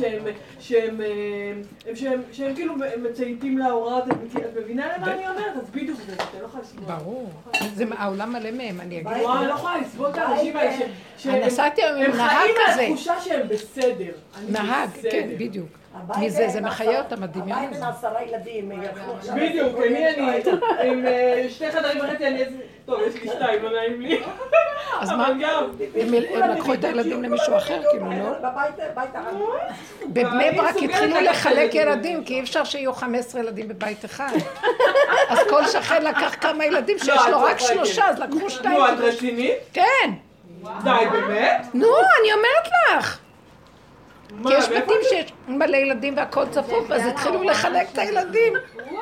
Speaker 2: שהם כאילו מצייתים להוראות? את מבינה למה אני אומרת? אז בדיוק זה, אתה לא יכולה לסבור.
Speaker 1: ברור. העולם מלא מהם, אני אגיד.
Speaker 2: וואי, לא יכולה לסבור את האנשים האלה
Speaker 1: נסעתי עם נהג כזה.
Speaker 2: הם חיים על התחושה שהם בסדר.
Speaker 1: נהג, כן, בדיוק. מזה, זה מחיה אותם, הדמיון הזה.
Speaker 4: הבית עם 10 ילדים,
Speaker 2: בדיוק, אני עם 2 חדרים וחצי, אני איזה... טוב, יש לי 2, לא נעים לי.
Speaker 1: אז מה? הם לקחו את הילדים למישהו אחר, כאילו, לא?
Speaker 4: בבית הרגיל.
Speaker 1: בבני ברק התחילו לחלק ילדים, כי אי אפשר שיהיו 15 ילדים בבית אחד. אז כל שכן לקח כמה ילדים שיש לו רק 3, אז לקחו 2.
Speaker 2: נו, את רצינית?
Speaker 1: כן.
Speaker 2: די, באמת?
Speaker 1: נו, אני אומרת לך. כי יש בתים שיש מלא ילדים והכל צפוף, אז התחילו לחלק את הילדים.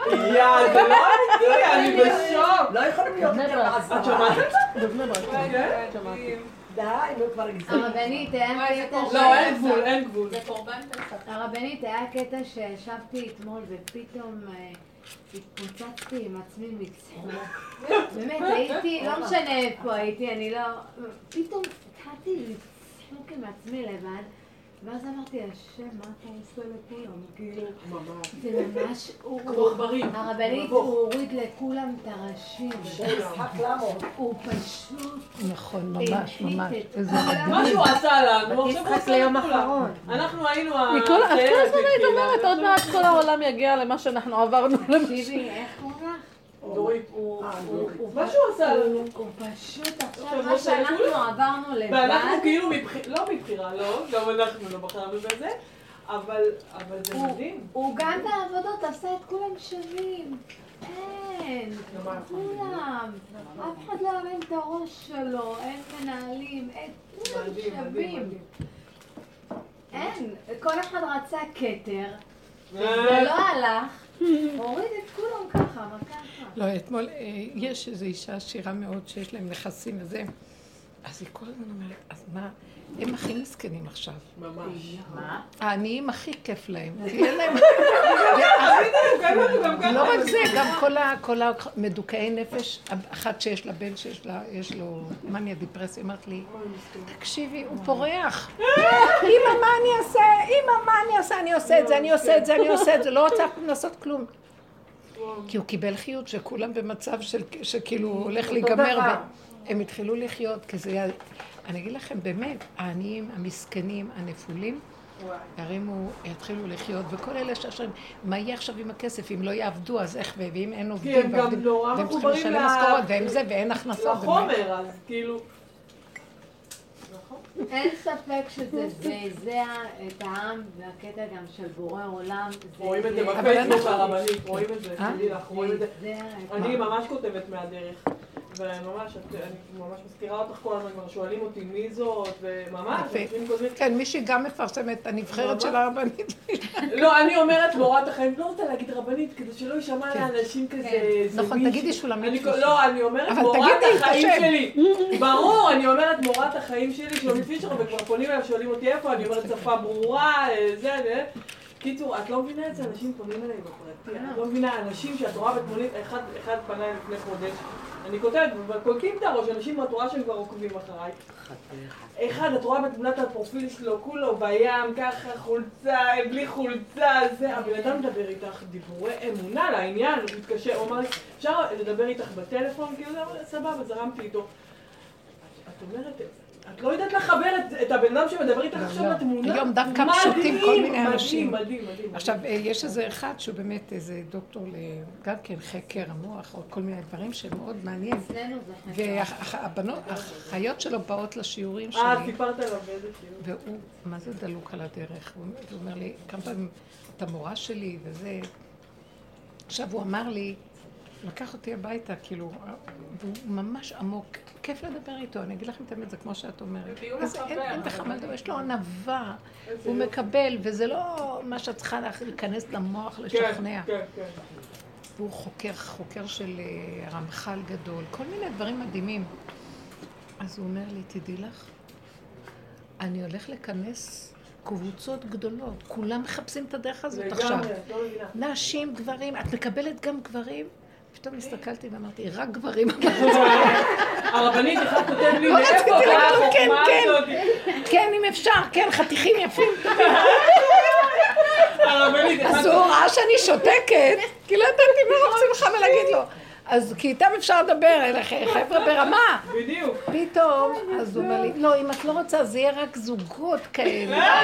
Speaker 2: זה לא אני בשוק.
Speaker 4: לא יכולים להיות יותר
Speaker 2: את שומעת את זה?
Speaker 6: בבני ברק.
Speaker 4: די, נו כבר הגזים.
Speaker 5: הרבנית, היה קטע
Speaker 2: לא, אין גבול.
Speaker 3: זה קורבן פסח.
Speaker 5: הרבנית, היה קטע שישבתי אתמול ופתאום התפוצצתי עם עצמי מצחוק. באמת, הייתי, לא משנה איפה הייתי, אני לא... פתאום התחלתי לצחוק עם עצמי לבד, ואז אמרתי, השם, מה אתה עושה לכולם? כאילו, זה ממש... הרבנית, הוא הוריד לכולם את הראשים. הוא פשוט...
Speaker 1: נכון, ממש, ממש.
Speaker 2: מה שהוא עשה לנו, עכשיו הוא
Speaker 5: תשחק ליום אחרון.
Speaker 2: אנחנו היינו...
Speaker 6: כל הזמן היית אומרת, עוד מעט כל העולם יגיע למה שאנחנו עברנו.
Speaker 5: תקשיבי, איך קוראים לך?
Speaker 2: דורית, מה שהוא עשה לנו.
Speaker 5: הוא פשוט עכשיו, מה שאנחנו עברנו לבד.
Speaker 2: ואנחנו כאילו לא מבחירה, לא, גם אנחנו לא בחרנו בזה, אבל זה מדהים.
Speaker 5: הוא גם בעבודות עשה את כולם שווים. אין, כולם. אף אחד לא הרים את הראש שלו, אין מנהלים, אין, כולם שווים. אין, כל אחד רצה כתר, וזה לא הלך. הוריד את כולם ככה, מה ככה?
Speaker 1: לא, אתמול יש איזו אישה עשירה מאוד שיש להם נכסים וזה, אז היא כל הזמן אומרת, אז מה, הם הכי מסכנים עכשיו.
Speaker 2: ממש.
Speaker 5: מה?
Speaker 1: העניים הכי כיף להם. כי אין להם... לא רק זה, גם כל המדוכאי נפש, אחת שיש לה בן שיש לו מניה דיפרסיה, אמרת לי, תקשיבי, הוא פורח. אמא, מה אני אעשה? אמא, מה אני אעשה? אני עושה את זה, אני עושה את זה, אני עושה את זה. לא רוצה לעשות כלום. כי הוא קיבל חיות שכולם במצב שכאילו הולך להיגמר, והם התחילו לחיות, כי זה... אני אגיד לכם, באמת, העניים, המסכנים, הנפולים, יתחילו לחיות, וכל אלה שעכשיו, מה יהיה עכשיו עם הכסף? אם לא יעבדו, אז איך, ואם אין עובדים, והם צריכים לשלם משכורות, והם זה, ואין הכנסות.
Speaker 2: לחומר, אז כאילו...
Speaker 5: אין ספק שזה זעזע את העם, והקטע גם של בורא עולם.
Speaker 2: רואים את זה בפייסבוק הרבנית, רואים את זה, תדעי לך, רואים את זה. אני ממש כותבת מהדרך. וממש, אני ממש מזכירה אותך כל הזמן, כבר שואלים אותי מי זאת, וממש,
Speaker 1: כן, מישהי גם מפרסמת, הנבחרת של הרבנית.
Speaker 2: לא, אני אומרת מורת החיים, לא רוצה להגיד רבנית, כדי שלא יישמע לאנשים כזה...
Speaker 1: נכון, תגידי שולמית.
Speaker 2: לא, אני אומרת מורת החיים שלי. ברור, אני אומרת מורת החיים שלי, שולמית פישר, וכבר פונים אליו, שואלים אותי איפה, אני אומרת שפה ברורה, זה. קיצור, את לא מבינה את זה, אנשים פונים אליי בפרטי, את לא מבינה, אנשים שאת רואה בתמונית, אחד פנה לפני חודש, אני כותבת, וקולטים את הראש, אנשים מהתורה שהם כבר עוקבים אחריי. אחד, את רואה בתמונת הפרופיל שלו, כולו בים, ככה, חולצה, בלי חולצה, זה, הבן אדם מדבר איתך דיבורי אמונה לעניין, הוא מתקשר, הוא אמר לי, אפשר לדבר איתך בטלפון? כאילו, סבבה, זרמתי איתו. את אומרת, את לא יודעת לחבר את הבן אדם שמדבר איתך עכשיו לתמונה.
Speaker 1: היום דווקא פשוטים כל מיני אנשים.
Speaker 2: מדהים.
Speaker 1: עכשיו, יש איזה אחד שהוא באמת איזה דוקטור גם כן חקר המוח, או כל מיני דברים שמאוד מעניין. והחיות שלו באות לשיעורים שלי.
Speaker 2: סיפרת עליו באיזה שיעור.
Speaker 1: והוא, מה זה דלוק על הדרך? הוא אומר לי, כמה פעמים, את המורה שלי וזה. עכשיו, הוא אמר לי, לקח אותי הביתה, כאילו, והוא ממש עמוק, כיף לדבר איתו, אני אגיד לכם תמיד, זה כמו שאת אומרת. אז אין לך מה לדבר, יש לו ענווה, הוא מקבל, וזה לא מה שאת צריכה להיכנס למוח, לשכנע. והוא חוקר של רמח"ל גדול, כל מיני דברים מדהימים. אז הוא אומר לי, תדעי לך, אני הולך לכנס קבוצות גדולות, כולם מחפשים את הדרך הזאת עכשיו. נשים, גברים, את מקבלת גם גברים? פתאום הסתכלתי ואמרתי, רק גברים.
Speaker 2: הרבנית, אחד כותב לי, מאיפה החוכמה הזאת?
Speaker 1: כן, אם אפשר, כן, חתיכים יפים.
Speaker 2: הרבנית,
Speaker 1: אז הוא ראה שאני שותקת, כי לא ידעתי מה רוצים לך ולהגיד לו. אז כי איתם אפשר לדבר, חבר'ה ברמה.
Speaker 2: בדיוק.
Speaker 1: פתאום, אז הוא אומר לי, לא, אם את לא רוצה, זה יהיה רק זוגות כאלה.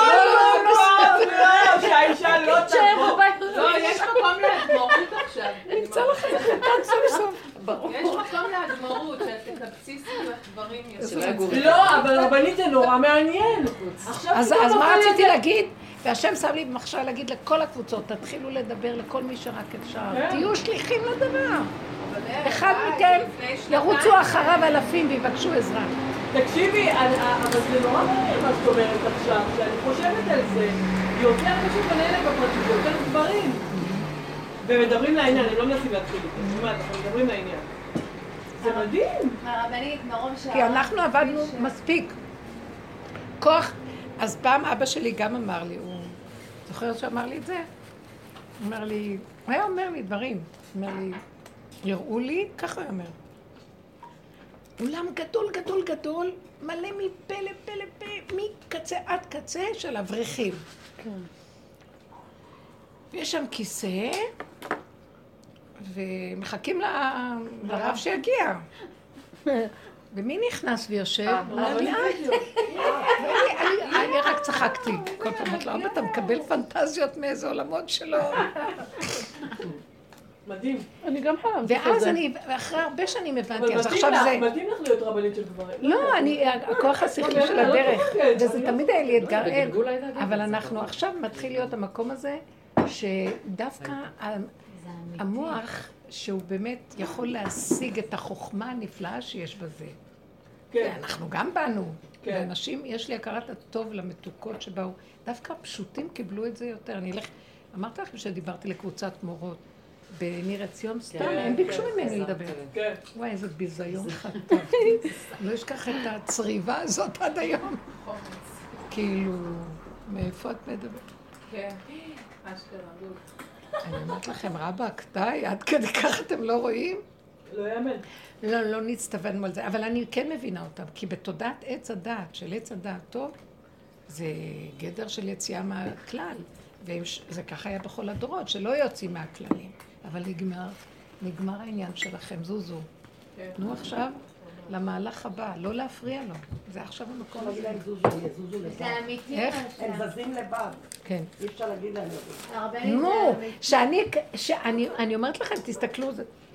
Speaker 2: לא, שהאישה לא תבוא.
Speaker 3: לא, יש מקום להגמרות עכשיו.
Speaker 1: נמצא לכם חתן סוף סוף.
Speaker 3: יש מקום להגמרות, שאת תקבצי סביב דברים יותר.
Speaker 2: לא, אבל רבנית זה נורא מעניין.
Speaker 1: אז מה רציתי להגיד? והשם שם לי במחשבה להגיד לכל הקבוצות, תתחילו לדבר לכל מי שרק אפשר. תהיו שליחים לדבר. אחד מכם ירוצו אחריו אלפים ויבקשו עזרה.
Speaker 2: תקשיבי, אבל זה נורא מעניין מה שאת אומרת עכשיו, שאני חושבת על זה, יותר פשוט בנהלת בפרטית, יותר דברים. ומדברים לעניין, הם לא מנסים להתחיל איתי. זאת אומרת, אנחנו מדברים לעניין. זה מדהים.
Speaker 5: הרבנית, מרוב שעה...
Speaker 1: כי אנחנו עבדנו מספיק. כוח. אז פעם אבא שלי גם אמר לי, הוא זוכר שאמר לי את זה? הוא אומר לי, הוא היה אומר לי דברים. הוא אומר לי, יראו לי, ככה הוא אומר. אולם גדול, גדול, גדול, מלא מפה לפה לפה, מקצה עד קצה של אברכים. כן. ויש שם כיסא, ומחכים לרב שיגיע. ומי נכנס ויושב? אני רק צחקתי. כל פעם את לא, אתה מקבל פנטזיות מאיזה עולמות שלו.
Speaker 2: מדהים.
Speaker 7: אני גם חלמתי כזה.
Speaker 1: ואז אני, אחרי הרבה שנים הבנתי, אז עכשיו זה...
Speaker 2: אבל מתאים לך להיות רבנית של גברים.
Speaker 1: לא, הכוח השכלי של הדרך, וזה תמיד היה לי אתגר אין. אבל אנחנו עכשיו מתחיל להיות המקום הזה, שדווקא המוח, שהוא באמת יכול להשיג את החוכמה הנפלאה שיש בזה. אנחנו גם באנו, ואנשים, יש לי הכרת הטוב למתוקות שבאו, דווקא הפשוטים קיבלו את זה יותר. אני אלך, אמרתי לכם שדיברתי לקבוצת מורות, בניר עציון סתם, הם ביקשו ממני לדבר. וואי, איזה ביזיון חטפתי. לא אשכח את הצריבה הזאת עד היום. כאילו, מאיפה את מדברת?
Speaker 3: כן, אשכרה.
Speaker 1: אני אומרת לכם, רבאק, די, עד כדי כך אתם לא רואים?
Speaker 2: לא יאמן.
Speaker 1: לא נצטווננו על זה, אבל אני כן מבינה אותם, כי בתודעת עץ הדעת, של עץ הדעת טוב, זה גדר של יציאה מהכלל. וזה ככה היה בכל הדורות, שלא יוצאים מהכללים. אבל נגמר העניין שלכם, זוזו. תנו עכשיו למהלך הבא, לא להפריע לו. זה עכשיו המקום הזה.
Speaker 4: להגיד להם זוזו לבד.
Speaker 5: זה אמיתי.
Speaker 1: איך?
Speaker 4: הם זזים לבד.
Speaker 1: כן.
Speaker 4: אי אפשר להגיד להם את זה.
Speaker 1: נו, שאני אומרת לכם, תסתכלו,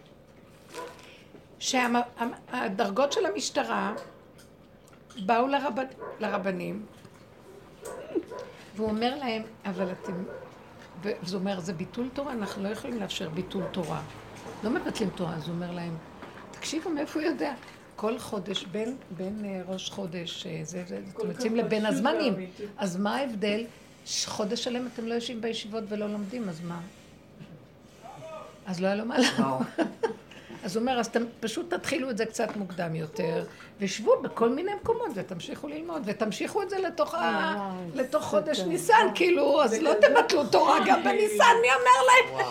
Speaker 1: שהדרגות של המשטרה באו לרבנים, והוא אומר להם, אבל אתם... וזה אומר, זה ביטול תורה, אנחנו לא יכולים לאפשר ביטול תורה. לא מבטלים תורה, אז הוא אומר להם, תקשיבו מאיפה הוא יודע. כל חודש, בין ראש חודש, אתם יוצאים לבין הזמנים. אז מה ההבדל? חודש שלם אתם לא יושבים בישיבות ולא לומדים, אז מה? אז לא היה לו מה לענות. אז הוא אומר, אז אתם פשוט תתחילו את זה קצת מוקדם יותר, ושבו בכל מיני מקומות, ותמשיכו ללמוד, ותמשיכו את זה לתוך חודש ניסן, כאילו, אז לא תבטלו תורה גם בניסן, מי אומר להם?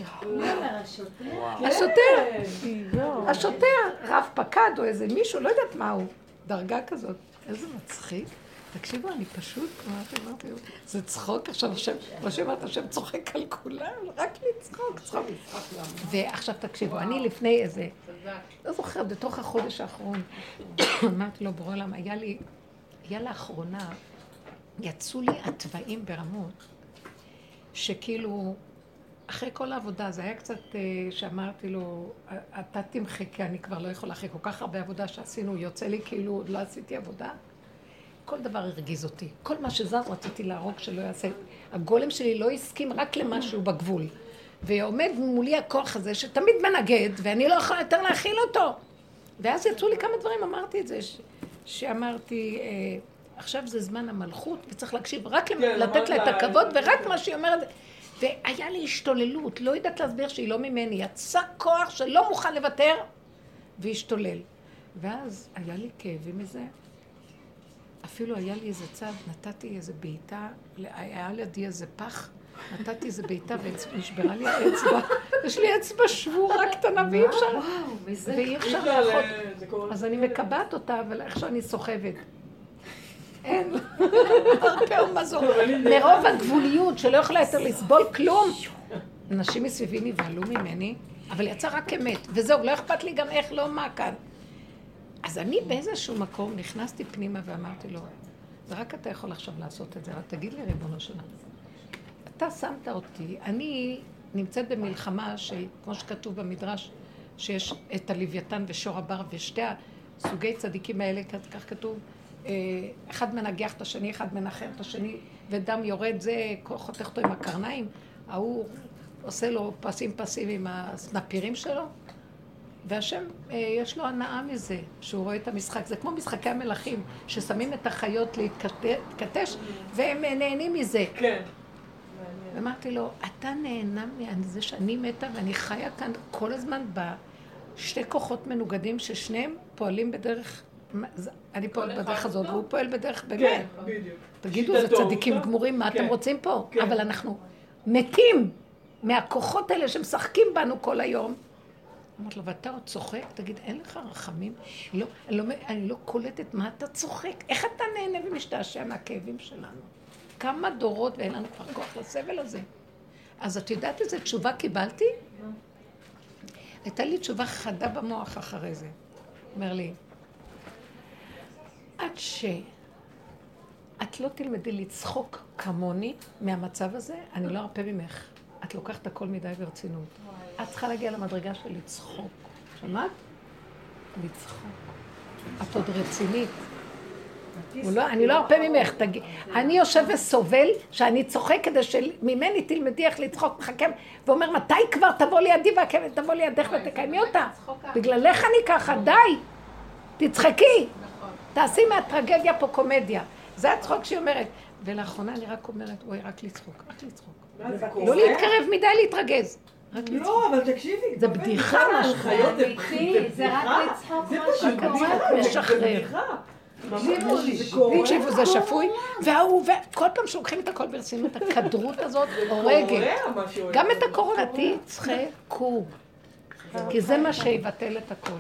Speaker 1: השוטר, רב פקד או איזה מישהו, לא יודעת מה הוא, דרגה כזאת. איזה מצחיק. תקשיבו, אני פשוט, אמרתי, זה צחוק, עכשיו מה שאמרת, השם צוחק על כולם, רק לצחוק. ועכשיו תקשיבו, אני לפני איזה, לא זוכרת, בתוך החודש האחרון, אמרתי לו, ברור למה, היה לאחרונה, יצאו לי התוואים ברמות, שכאילו, אחרי כל העבודה, זה היה קצת שאמרתי לו, אתה תמחה, כי אני כבר לא יכולה, אחרי כל כך הרבה עבודה שעשינו, יוצא לי כאילו, עוד לא עשיתי עבודה, כל דבר הרגיז אותי. כל מה שזר רציתי להרוג שלא יעשה. הגולם שלי לא הסכים רק למשהו בגבול. ועומד מולי הכוח הזה שתמיד מנגד, ואני לא יכולה יותר להכיל אותו. ואז יצאו לי כמה דברים, אמרתי את זה, שאמרתי, עכשיו זה זמן המלכות, וצריך להקשיב, רק לתת לה את הכבוד, ורק מה שהיא אומרת. והיה לי השתוללות, לא יודעת להסביר שהיא לא ממני. יצא כוח שלא מוכן לוותר, והשתולל. ואז היה לי כאבים מזה. אפילו היה לי איזה צד, נתתי איזה בעיטה, היה לידי איזה פח, נתתי איזה בעיטה ונשברה לי האצבע. יש לי אצבע שבורה קטנה ואי אפשר, ואי אפשר לאחות. אז אני מקבעת אותה, אבל איך שאני סוחבת. אין, מרפא ומזור. מרוב הגבוליות שלא יכולה יותר לסבול כלום. אנשים מסביבי נבהלו ממני, אבל יצא רק אמת. וזהו, לא אכפת לי גם איך לא מה כאן. אז אני באיזשהו מקום נכנסתי פנימה ואמרתי לו, זה רק אתה יכול עכשיו לעשות את זה, רק תגיד לי ריבונו שלנו. אתה שמת אותי, אני נמצאת במלחמה שכמו שכתוב במדרש, שיש את הלוויתן ושור הבר ושתי הסוגי צדיקים האלה, כך כתוב, אחד מנגח את השני, אחד מנחר את השני, ודם יורד, זה חותך אותו עם הקרניים, ההוא עושה לו פסים עם הסנפירים שלו, והשם יש לו הנאה מזה, שהוא רואה את המשחק. זה כמו משחקי המלכים, ששמים את החיות להתקטש, והם נהנים מזה.
Speaker 2: כן.
Speaker 1: ואמרתי לו, אתה נהנה מזה שאני מתה ואני חיה כאן כל הזמן בשתי כוחות מנוגדים ששניהם פועלים בדרך, אני פועל בדרך הזאת והוא פועל בדרך באמת.
Speaker 2: כן, בדיוק.
Speaker 1: תגידו, זה צדיקים גמורים, מה אתם רוצים פה? אבל אנחנו מתים מהכוחות האלה שמשחקים בנו כל היום. אמרת לו, ואתה עוד צוחק? תגיד, אין לך רחמים? אני לא קולטת מה אתה צוחק. איך אתה נהנה ומשתעשע מהכאבים שלנו? כמה דורות ואין לנו כבר כוח לסבל הזה. אז את יודעת איזה תשובה קיבלתי? הייתה לי תשובה חדה במוח אחרי זה. אומר לי, עד שאת לא תלמדי לצחוק כמוני מהמצב הזה, אני לא ארפה ממך. את לוקחת הכל מדי ברצינות. את צריכה להגיע למדרגה של לצחוק. שמעת? לצחוק. את עוד רצינית. אני לא ארפה ממך, אני יושב וסובל שאני צוחק כדי שממני תלמדי איך לצחוק מחכם ואומר מתי כבר תבוא לידי תבוא לידך ותקיימי אותה בגללך אני ככה, די תצחקי, תעשי מהטרגדיה פה קומדיה, זה הצחוק שהיא אומרת ולאחרונה אני רק אומרת אוי רק לצחוק, לא להתקרב מדי להתרגז
Speaker 2: לא, אבל תקשיבי
Speaker 1: זה בדיחה משהו
Speaker 5: זה רק לצחוק
Speaker 1: משחרר תקשיבו, זה שפוי, וכל פעם שלוקחים את הכל ברצינות, הכדרות הזאת הורגת. גם את הקורונה, תצחקו. כי זה מה שיבטל את הכל.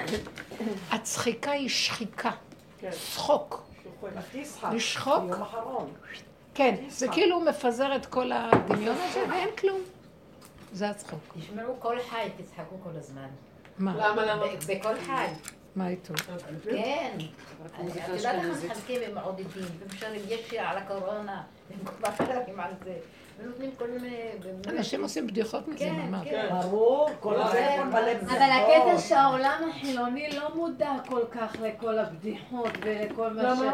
Speaker 1: הצחיקה היא שחיקה. צחוק. לשחוק. כן, זה כאילו מפזר את כל הדמיון הזה, ואין כלום. זה הצחוק.
Speaker 7: תשמעו כל חי, תצחקו כל הזמן.
Speaker 1: מה?
Speaker 2: למה?
Speaker 7: בכל חי.
Speaker 1: מה איתו?
Speaker 7: כן. את יודעת איך מחזקים עם מעודדים, ומשלמים יש על הקורונה, הם כבר חלקים על זה, ונותנים כל מיני...
Speaker 1: אנשים עושים בדיחות מזה, ממש.
Speaker 7: כן.
Speaker 4: ברור, כל הזמן מלא בדיחות.
Speaker 5: אבל הקטע שהעולם החילוני לא מודע כל כך לכל הבדיחות ולכל מה ש...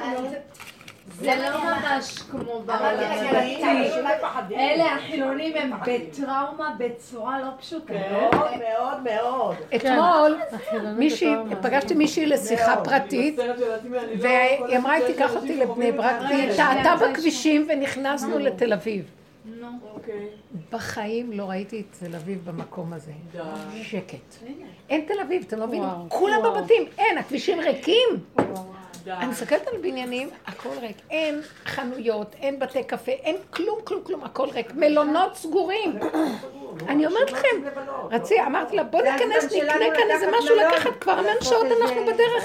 Speaker 5: זה לא ממש כמו בעולם הדתי. אלה החילונים הם בטראומה בצורה לא פשוטה.
Speaker 4: מאוד מאוד מאוד.
Speaker 1: אתמול פגשתי מישהי לשיחה פרטית והיא אמרה היא תיקח אותי לבני ברק והיא טעתה בכבישים ונכנסנו לתל אביב. בחיים לא ראיתי את תל אביב במקום הזה. שקט. אין תל אביב, אתם לא מבינים? כולם בבתים, אין, הכבישים ריקים. אני מסתכלת על בניינים, הכל ריק. אין חנויות, אין בתי קפה, אין כלום, כלום, כלום, הכל ריק. מלונות סגורים. אני אומרת לכם, אמרתי לה, בוא ניכנס, נקנה כאן איזה משהו לקחת, כבר המון שעות אנחנו בדרך.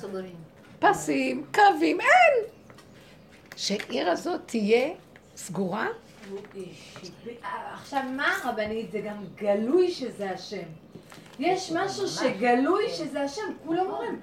Speaker 1: פסים, קווים, אין! שעיר הזאת תהיה סגורה.
Speaker 5: עכשיו מה רבנית? זה גם גלוי שזה השם. יש משהו שגלוי שזה השם, כולם אומרים.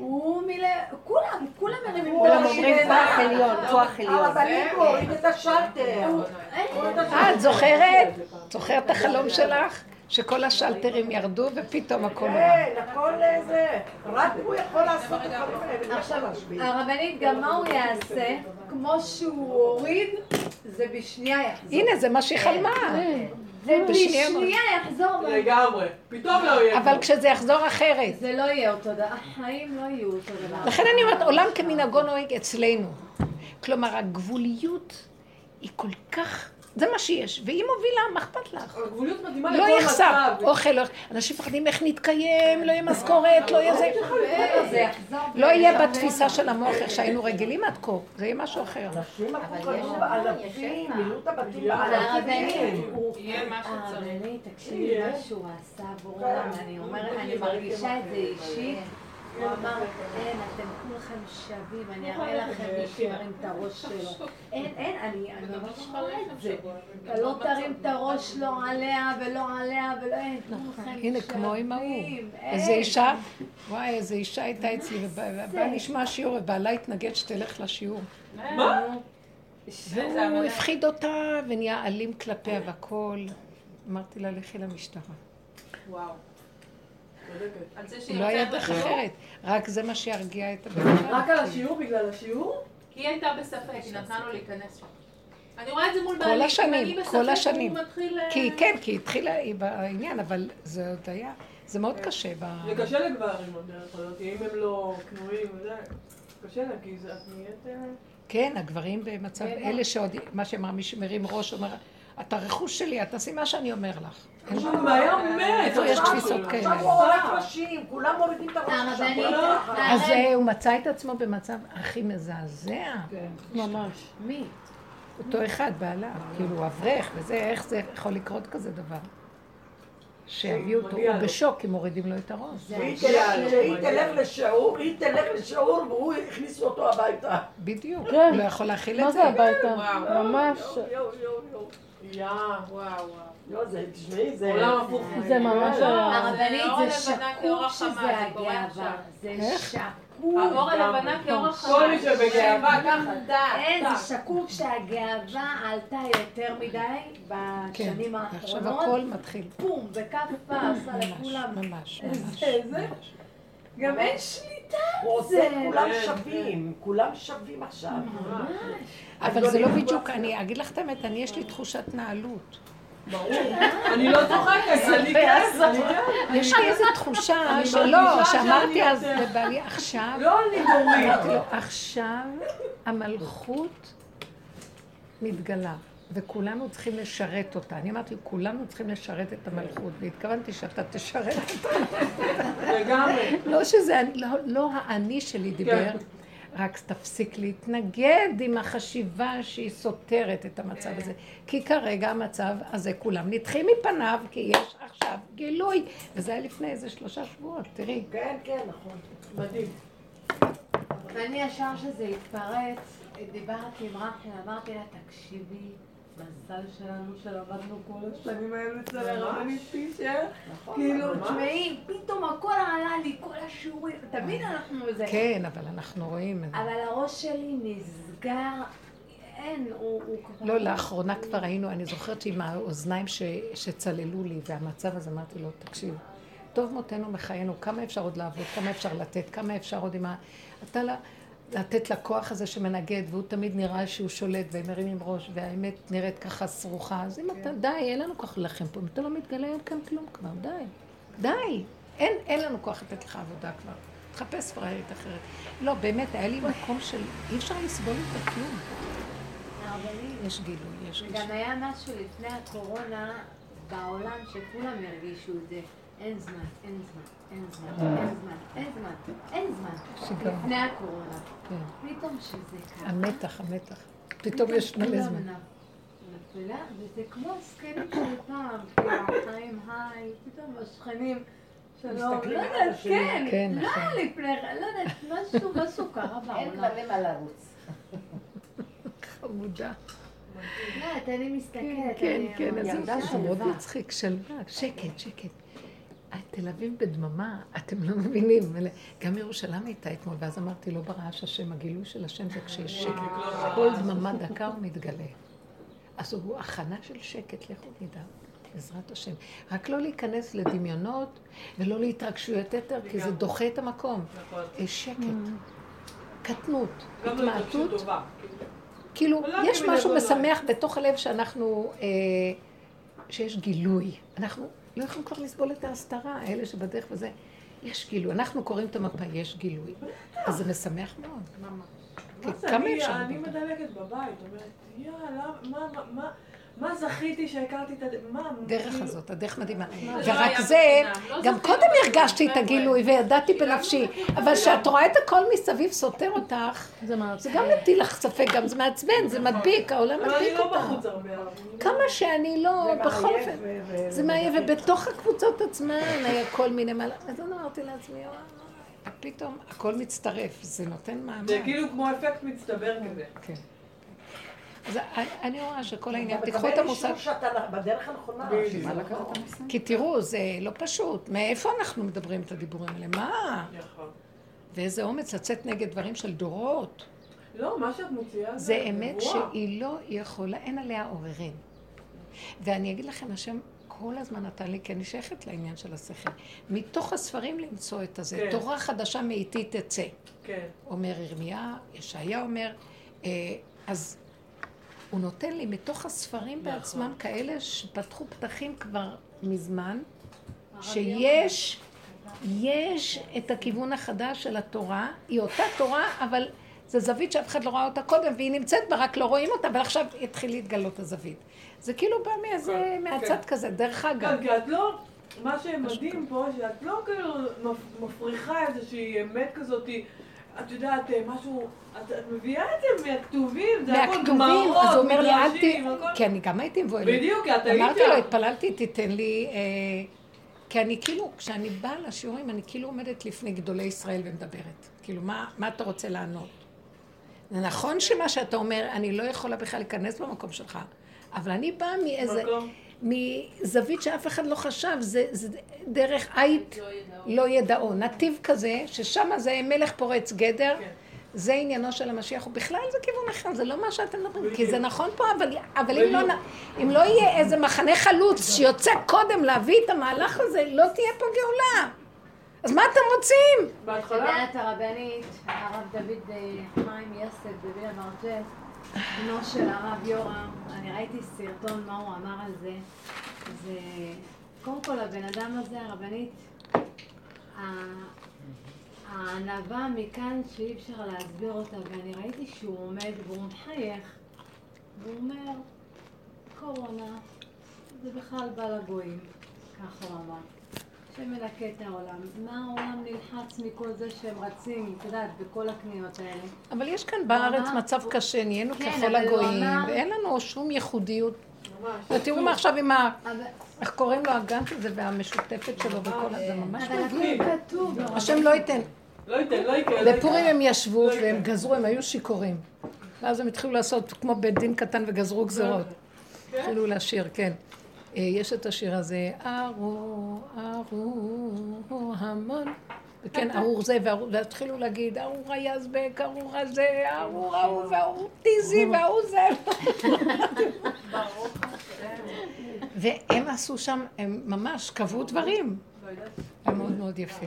Speaker 5: כולם מרימים
Speaker 7: כולם אומרים כוח עליון, כוח עליון.
Speaker 4: הרבנים מוריד את השלטר.
Speaker 1: את זוכרת את החלום שלך? שכל השלטרים ירדו ופתאום הכל נורא.
Speaker 4: כן, הכל זה. רק הוא יכול לעשות את החלום האלה.
Speaker 5: עכשיו, הרבנית, גם מה הוא יעשה? כמו שהוא הוריד, זה בשנייה יחזור.
Speaker 1: הנה, זה מה שהיא חלמה.
Speaker 5: זה בשנייה יחזור.
Speaker 2: לגמרי. פתאום לא יהיה.
Speaker 1: אבל כשזה יחזור אחרת.
Speaker 5: זה לא יהיה אותו דבר. החיים לא יהיו אותו דבר.
Speaker 1: לכן אני אומרת, עולם כמנהגו נוהג אצלנו. כלומר, הגבוליות היא כל כך... זה מה שיש, והיא מובילה, מה אכפת לך?
Speaker 2: הגבוליות מדהימה לכל
Speaker 1: לא
Speaker 2: מצב.
Speaker 1: יחסר, אוכל, אנשים מפחדים איך נתקיים, לא יהיה משכורת, לא יהיה זה. לא יהיה בתפיסה של המוח איך שהיינו רגילים עד כה, זה יהיה משהו אחר.
Speaker 4: אנשים הלכו קנו באלפים, מילאו את הבתים באלפים.
Speaker 5: הרבנית, תקשיבי מה שהוא עשה עבור העולם, אני מרגישה את זה אישית. הוא אמר, אין, אתם כולכם שווים, אני אראה לכם מי שירים את הראש שלו. אין, אני ממש מראה את זה. אתה לא תרים את הראש לא עליה ולא עליה ולא אין, כולכם שווים.
Speaker 1: הנה, כמו עם ההוא. איזה אישה, וואי, איזה אישה הייתה אצלי, ובא נשמע שיעור, ובעלה התנגד שתלך לשיעור.
Speaker 2: מה?
Speaker 1: והוא הפחיד אותה ונהיה אלים כלפיה והכל. אמרתי לה, לכי למשטרה.
Speaker 3: וואו.
Speaker 1: לא היה דרך אחרת, רק זה מה שירגיע את הבן.
Speaker 2: רק על השיעור, בגלל השיעור?
Speaker 3: כי היא הייתה בספק, היא נתנה לו להיכנס שם. אני רואה את זה מול
Speaker 1: כל השנים, כל השנים.
Speaker 3: מתחיל...
Speaker 1: כי כן, כי התחילה בעניין, אבל זה עוד היה, זה מאוד קשה.
Speaker 2: זה קשה לגברים, דרך הזאת, אם הם לא כנועים, זה קשה להם, כי את נהיית...
Speaker 1: כן, הגברים במצב, אלה שעוד, מה שאמר מי שמרים ראש, אומר, אתה רכוש שלי, את תעשי מה שאני אומר לך.
Speaker 2: היה מת.
Speaker 1: איפה יש תפיסות כאלה?
Speaker 4: עכשיו הוא הולך נשים, כולם מורידים את הראש.
Speaker 1: אז הוא מצא את עצמו במצב הכי מזעזע.
Speaker 8: ממש.
Speaker 1: מי? אותו אחד, בעלה, כאילו אברך וזה, איך זה יכול לקרות כזה דבר? שיביאו אותו, הוא בשוק אם מורידים לו את הראש.
Speaker 4: שהיא תלך לשיעור והוא הכניסו אותו הביתה.
Speaker 1: בדיוק, הוא לא יכול להכיל את זה.
Speaker 8: מה זה הביתה? ממש.
Speaker 4: תשמעי, זה
Speaker 2: עולם הפוך.
Speaker 8: זה ממש...
Speaker 5: הרבנית זה שקוף שזה הגאווה. זה שקוף.
Speaker 3: האור הלבנה כאורח חמה.
Speaker 2: כל מי שבגאווה, ככה דעת.
Speaker 5: אין, זה שקוף שהגאווה עלתה יותר מדי בשנים האחרונות.
Speaker 1: עכשיו הכל מתחיל.
Speaker 5: פום, וכף עשה לכולם.
Speaker 1: ממש.
Speaker 5: גם אין שליטה.
Speaker 4: הוא עושה כולם שווים עכשיו.
Speaker 1: אבל זה לא בדיוק, אני אגיד לך את האמת, יש לי תחושת נעלות.
Speaker 2: ברור. אני לא צוחקת, אני כן.
Speaker 1: יש לי איזו תחושה שלא, שאמרתי אז לבעלי עכשיו,
Speaker 2: לא אני דורית.
Speaker 1: אמרתי לו, עכשיו המלכות מתגלה, וכולנו צריכים לשרת אותה. אני אמרתי, כולנו צריכים לשרת את המלכות, והתכוונתי שאתה תשרת אותה.
Speaker 2: לגמרי.
Speaker 1: לא שזה, לא האני שלי דיבר, רק תפסיק להתנגד עם החשיבה שהיא סותרת את המצב הזה. כי כרגע המצב הזה כולם נדחים מפניו, כי יש עכשיו גילוי. וזה היה לפני איזה 3 שבועות, תראי.
Speaker 4: כן, נכון.
Speaker 2: מדהים.
Speaker 5: ואני ישר שזה התפרץ, דיברתי עם רחל, אמרתי לה, תקשיבי, מזל שלנו שלמדנו כל השנים האלה אצל הרבנית פישר. כאילו, תשמעי, פתאום הכל עלה לי, כל השיעורים, תמיד אנחנו בזה.
Speaker 1: כן, אבל אנחנו רואים את זה.
Speaker 5: אבל הראש שלי נסגר, אין, הוא ככה...
Speaker 1: לא, לאחרונה כבר היינו, אני זוכרת עם האוזניים שצללו לי, והמצב הזה אמרתי לו, תקשיב, טוב מותנו מחיינו, כמה אפשר עוד לעבוד, כמה אפשר לתת, כמה אפשר עוד עם אתה לתת לכוח הזה שמנגד, והוא תמיד נראה שהוא שולט ומרים עם ראש, והאמת נראית ככה סרוחה, אז אם אתה, די, אין לנו כוח ללחם פה, אם אתה לא מתגלה, אין כאן כלום כבר, די, אין לנו כוח לתת לך עבודה כבר, תחפש פראיירית אחרת. לא, באמת, היה לי מקום של, אי אפשר לסבול את הכלום. יש גילוי.
Speaker 5: גם היה משהו לפני הקורונה בעולם שכולם הרגישו את זה. אין זמן. לפני הקורונה. פתאום שזה קרה.
Speaker 1: המתח. פתאום יש מלא זמן.
Speaker 5: וזה כמו הסכנים של פעם, כאילו החיים היי, פתאום השכנים שלא, לא יודעת, כן, לא לפני, לא יודעת, משהו קרה בעולם.
Speaker 7: אין כבר למה לרוץ.
Speaker 1: חמודה.
Speaker 5: לא, אני מסתכלת.
Speaker 1: כן, אז זה מאוד מצחיק, שלווה, שקט. תל אביב בדממה, אתם לא מבינים. גם ירושלים הייתה אתמול, ואז אמרתי, לא ברעש השם, הגילוי של השם זה כשיש שקט. כל דממה דקה הוא מתגלה. אז הוא הכנה של שקט, לכו נדע, בעזרת השם. רק לא להיכנס לדמיונות ולא להתרגשויות יותר, כי זה דוחה את המקום. שקט, קטנות, התמעטות. כאילו, יש משהו משמח בתוך הלב שאנחנו, שיש גילוי. אנחנו לא יכולים כבר לסבול את ההסתרה, האלה שבדרך וזה. יש גילוי. אנחנו קוראים את המפה, יש גילוי. אז זה משמח מאוד.
Speaker 2: כמה אפשר? אני מדלגת בבית, אומרת, יאללה, מה זכיתי שהכרתי את
Speaker 1: הדרך הזאת, הדרך מדהימה. ורק זה, גם קודם הרגשתי את הגילוי וידעתי בנפשי, אבל כשאת רואה את הכל מסביב סותר אותך, זה גם מטיל לך ספק, גם זה מעצבן, זה מדביק, העולם מדביק אותך. כמה שאני לא, בכל אופן, זה מעייף, ובתוך הקבוצות עצמן היה כל מיני מעלה, אז אני אמרתי לעצמי, פתאום הכל מצטרף, זה נותן מעמד.
Speaker 2: זה כאילו כמו אפקט מצטבר כזה.
Speaker 1: כן. אז אני רואה שכל העניין, תיקחו את המושג.
Speaker 4: אבל שאתה בדרך הנכונה.
Speaker 1: כי תראו, זה לא פשוט. מאיפה אנחנו מדברים את הדיבורים האלה? מה? ואיזה אומץ לצאת נגד דברים של דורות.
Speaker 2: לא, מה שאת מוציאה
Speaker 1: זה אמת שהיא לא יכולה, אין עליה עוררין. ואני אגיד לכם, השם כל הזמן נתן לי, כי אני שייכת לעניין של השכל. מתוך הספרים למצוא את הזה. תורה חדשה מאיתי תצא. אומר ירמיה, ישעיה אומר, אז הוא נותן לי מתוך הספרים בעצמם כאלה שפתחו פתחים כבר מזמן, שיש את הכיוון החדש של התורה, היא אותה תורה, אבל זה זווית שאף אחד לא ראה אותה קודם, והיא נמצאת בה, רק לא רואים אותה, אבל עכשיו התחיל להתגלות הזווית. זה כאילו בא מהצד כזה, דרך אגב.
Speaker 2: כי את לא, מה שמדהים פה, שאת לא כאילו מפריחה איזושהי אמת כזאת, את יודעת, משהו, את מביאה את זה מהכתובים, זה הכל גמרות,
Speaker 1: אז הוא אומר לי, אל תהיה, כי אני גם הייתי מבואלת.
Speaker 2: בדיוק, את היית.
Speaker 1: אמרתי לו, התפללתי, תיתן לי, כי אני כאילו, כשאני באה לשיעורים, אני כאילו עומדת לפני גדולי ישראל ומדברת. כאילו, מה אתה רוצה לענות? זה נכון שמה שאתה אומר, אני לא יכולה בכלל להיכנס במקום שלך, אבל אני באה מזווית שאף אחד לא חשב, זה דרך עית לא ידעו, נתיב כזה, ששם זה מלך פורץ גדר, זה עניינו של המשיח, ובכלל זה כיוון אחר, זה לא מה שאתם מדברים, כי זה נכון פה, אבל אם לא יהיה איזה מחנה חלוץ שיוצא קודם להביא את המהלך הזה, לא תהיה פה גאולה. אז מה אתם רוצים?
Speaker 5: יודעת הרבנית, הרב דוד חיים יוסף בביל המרצ'ס, בנו של הרב יורם, אני ראיתי סרטון מה הוא אמר על זה. זה קודם כל הבן אדם הזה, הרבנית, הענווה מכאן שאי אפשר להסביר אותה, ואני ראיתי שהוא עומד והוא מחייך והוא אומר, קורונה זה בכלל בא לגויים, כך הוא אמר, שמלקה את העולם. מה העולם נלחץ מכל זה שהם רצים, את יודעת, בכל הקניות האלה?
Speaker 1: אבל יש כאן בארץ מצב קשה, נהיינו ככל הגויים, ואין לנו שום ייחודיות. ותראו מה עכשיו עם איך קוראים לו הגנט הזה והמשותפת שלו וכל זה ממש מגיעים. השם לא ייתן.
Speaker 2: לא יקרה.
Speaker 1: בפורים הם ישבו והם גזרו, הם היו שיכורים. ואז הם התחילו לעשות כמו בית דין קטן וגזרו גזרות. התחילו לשיר, כן. יש את השיר הזה, ארור, ארור, המון. וכן, ארור זה, והתחילו להגיד, ארור היזבק, ארור הזה, ארור ההוא, וארור טיזי, והוא זה. והם עשו שם, הם ממש קבעו דברים. הם מאוד מאוד יפים.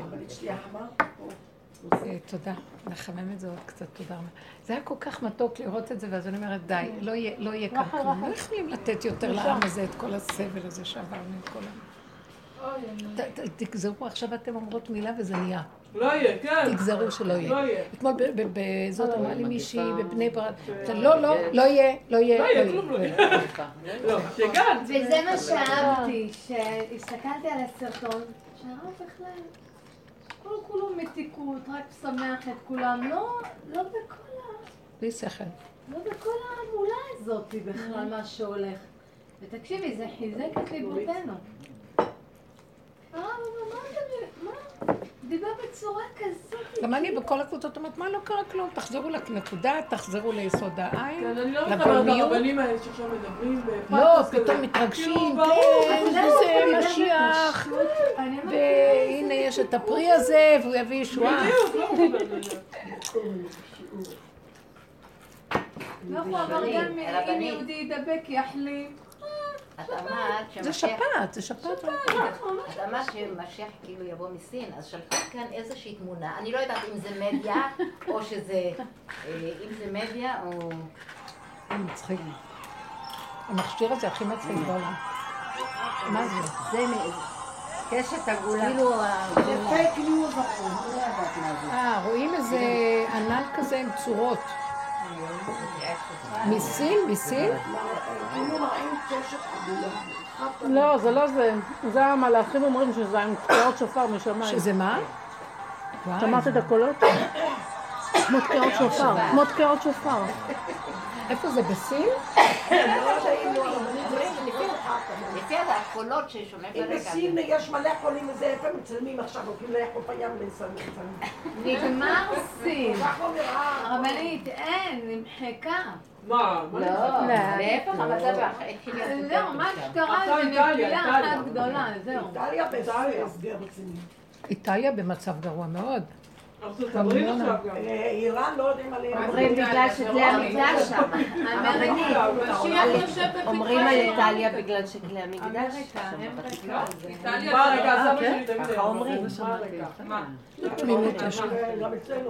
Speaker 1: תודה, נחמם את זה עוד קצת, תודה רבה. זה היה כל כך מתוק לראות את זה, ואז אני אומרת, די, לא יהיה כאן כלום. לא יכולים לתת יותר לעם הזה את כל הסבל הזה שעברנו את כל העם. תגזרו, עכשיו אתם אומרות מילה וזה נהיה.
Speaker 2: לא יהיה, כן.
Speaker 1: תגזרו שלא יהיה. אתמול בזאת אמרה לי מישהי בבני ברק, לא יהיה.
Speaker 2: לא יהיה, כלום לא יהיה. לא, שגן.
Speaker 5: וזה מה שאהבתי, שהסתכלתי על הסרטון, שהרב בכלל כולו מתיקות, רק שמח את כולם, לא בכל
Speaker 1: בלי שכל.
Speaker 5: לא בכל העמולה הזאת בכלל מה שהולך. ותקשיבי, זה חיזק את ליבותינו. הרב, מה? דיבר בצורה כזאת.
Speaker 1: גם אני בכל הקבוצות אומרת, מה לא קרה כלום? תחזרו לנקודה, תחזרו ליסוד העין,
Speaker 2: כן, אני לא מתחברת הרבנים האלה שעכשיו מדברים בפאטוס
Speaker 1: כזה. לא, פתאום מתרגשים, כן, זה משיח, והנה יש את הפרי הזה, והוא יביא ישועה.
Speaker 5: לא הוא אמר גם אם יהודי ידבק יחלים.
Speaker 7: את אמרת
Speaker 1: זה שפעת, זה שפעת.
Speaker 7: את אמרת שמשיח כאילו יבוא מסין, אז שלחת כאן איזושהי תמונה, אני לא יודעת אם זה מדיה, או שזה, אם זה מדיה, או...
Speaker 1: זה מצחיק. המכשיר הזה הכי מצחיק בעולם. מה זה?
Speaker 7: זה קשת הגולה.
Speaker 6: כאילו, זה פייק ניוז אחרון, לא יודעת מה זה.
Speaker 1: רואים איזה ענן כזה עם צורות. מסין?
Speaker 8: לא, זה לא זה. זה המלאכים אומרים שזה עם תקיעות שופר משמיים.
Speaker 1: שזה מה?
Speaker 8: שמעת את הקולות? כמו תקיעות שופר. כמו תקיעות שופר.
Speaker 1: איפה זה? בסין?
Speaker 7: לפי הקולות ששומעים ברגע.
Speaker 4: בסין יש מלא חולים וזה, איפה מצלמים עכשיו, הולכים לחוף הים לצלמים.
Speaker 5: נגמר סין. הרבנית, אין, נמחקה.
Speaker 2: מה?
Speaker 7: לא, להפך, אבל זה התחיל להיות...
Speaker 5: זהו, מה שקרה זה נפילה אחת גדולה, זהו.
Speaker 4: איטליה בהסגר רציני.
Speaker 1: איטליה במצב גרוע מאוד.
Speaker 2: ארצות הברית עכשיו גם.
Speaker 4: איראן לא יודעים עליהם.
Speaker 5: אומרים בגלל שכלי המקדש שם.
Speaker 9: אומרים על איטליה בגלל שכלי המקדש שם.
Speaker 2: מה רגע, סבא שלי תמיד
Speaker 9: ככה אומרים.
Speaker 2: מה?
Speaker 1: תמימות יש.
Speaker 4: גם אצלנו.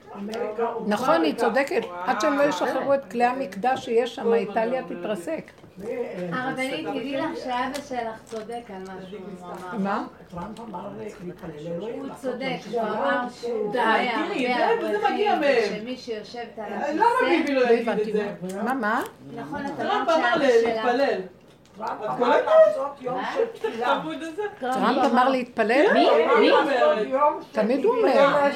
Speaker 1: נכון, היא צודקת. עד שהם לא ישחררו את כלי המקדש שיש שם, איטליה תתרסק.
Speaker 5: הרבנית, תגידי לך שאבא שלך צודק על משהו, הוא אמר.
Speaker 8: מה?
Speaker 4: טראמפ אמר להתפלל אלוהים.
Speaker 5: הוא צודק, הוא אמר שהוא
Speaker 2: די, תראי, זה מגיע מהם.
Speaker 5: שמי שיושבת על
Speaker 2: למה ביבי לא יגיד את זה?
Speaker 8: מה?
Speaker 5: נכון, אתה
Speaker 2: טראמפ
Speaker 5: אמרת
Speaker 2: אמר
Speaker 5: שאבא שלך...
Speaker 2: להתפלל.
Speaker 4: טראמפ אמר לעשות יום של תפילה.
Speaker 8: טראמפ אמר להתפלל?
Speaker 2: מי?
Speaker 8: תמיד הוא אומר.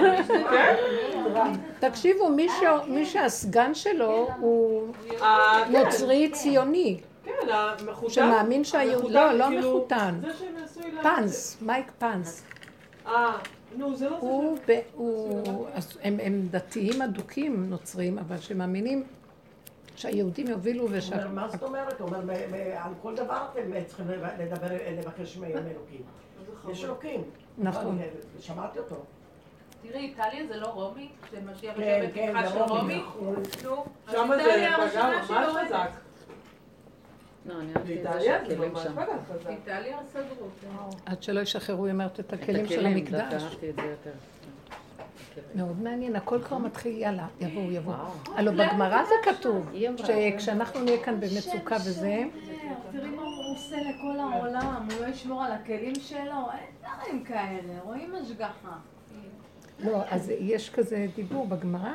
Speaker 8: תקשיבו, מי שהסגן שלו הוא נוצרי ציוני.
Speaker 2: כן, המחותן.
Speaker 8: שמאמין שהיהודי... לא מחותן.
Speaker 2: זה שהם עשו אליו.
Speaker 8: פנס, מייק פנס.
Speaker 2: נו, זה לא זה.
Speaker 8: הם דתיים אדוקים נוצרים, אבל שמאמינים שהיהודים יובילו
Speaker 4: מה זאת אומרת? הוא אומר, על כל דבר אתם צריכים לבקש מהם אלוקים. יש אלוקים.
Speaker 8: נכון.
Speaker 4: שמעתי אותו.
Speaker 3: תראי, איטליה זה לא רומי? זה משיח
Speaker 4: כן,
Speaker 3: יושבת
Speaker 4: כן,
Speaker 3: בתמיכה
Speaker 4: זה
Speaker 3: של
Speaker 4: רומי.
Speaker 3: רומי? נו, אז
Speaker 2: שם זה
Speaker 3: איטליה
Speaker 2: פגע
Speaker 3: הראשונה
Speaker 2: ממש
Speaker 3: שיורדת.
Speaker 2: חזק. באיטליה זה ממש פגע חזק.
Speaker 3: איטליה סדרו.
Speaker 8: עד שלא ישחררו, היא אומרת, את הכלים של המקדש.
Speaker 10: אהבתי את זה יותר.
Speaker 8: מאוד מעניין, הכל כבר מתחיל, יאללה, יבואו. הלוא בגמרא זה כתוב, שכשאנחנו נהיה כאן במצוקה וזה...
Speaker 5: תראי מה הוא עושה לכל העולם, הוא לא ישמור על הכלים שלו, אין דברים כאלה, רואים השגחה.
Speaker 8: לא, אז יש כזה דיבור בגמרא,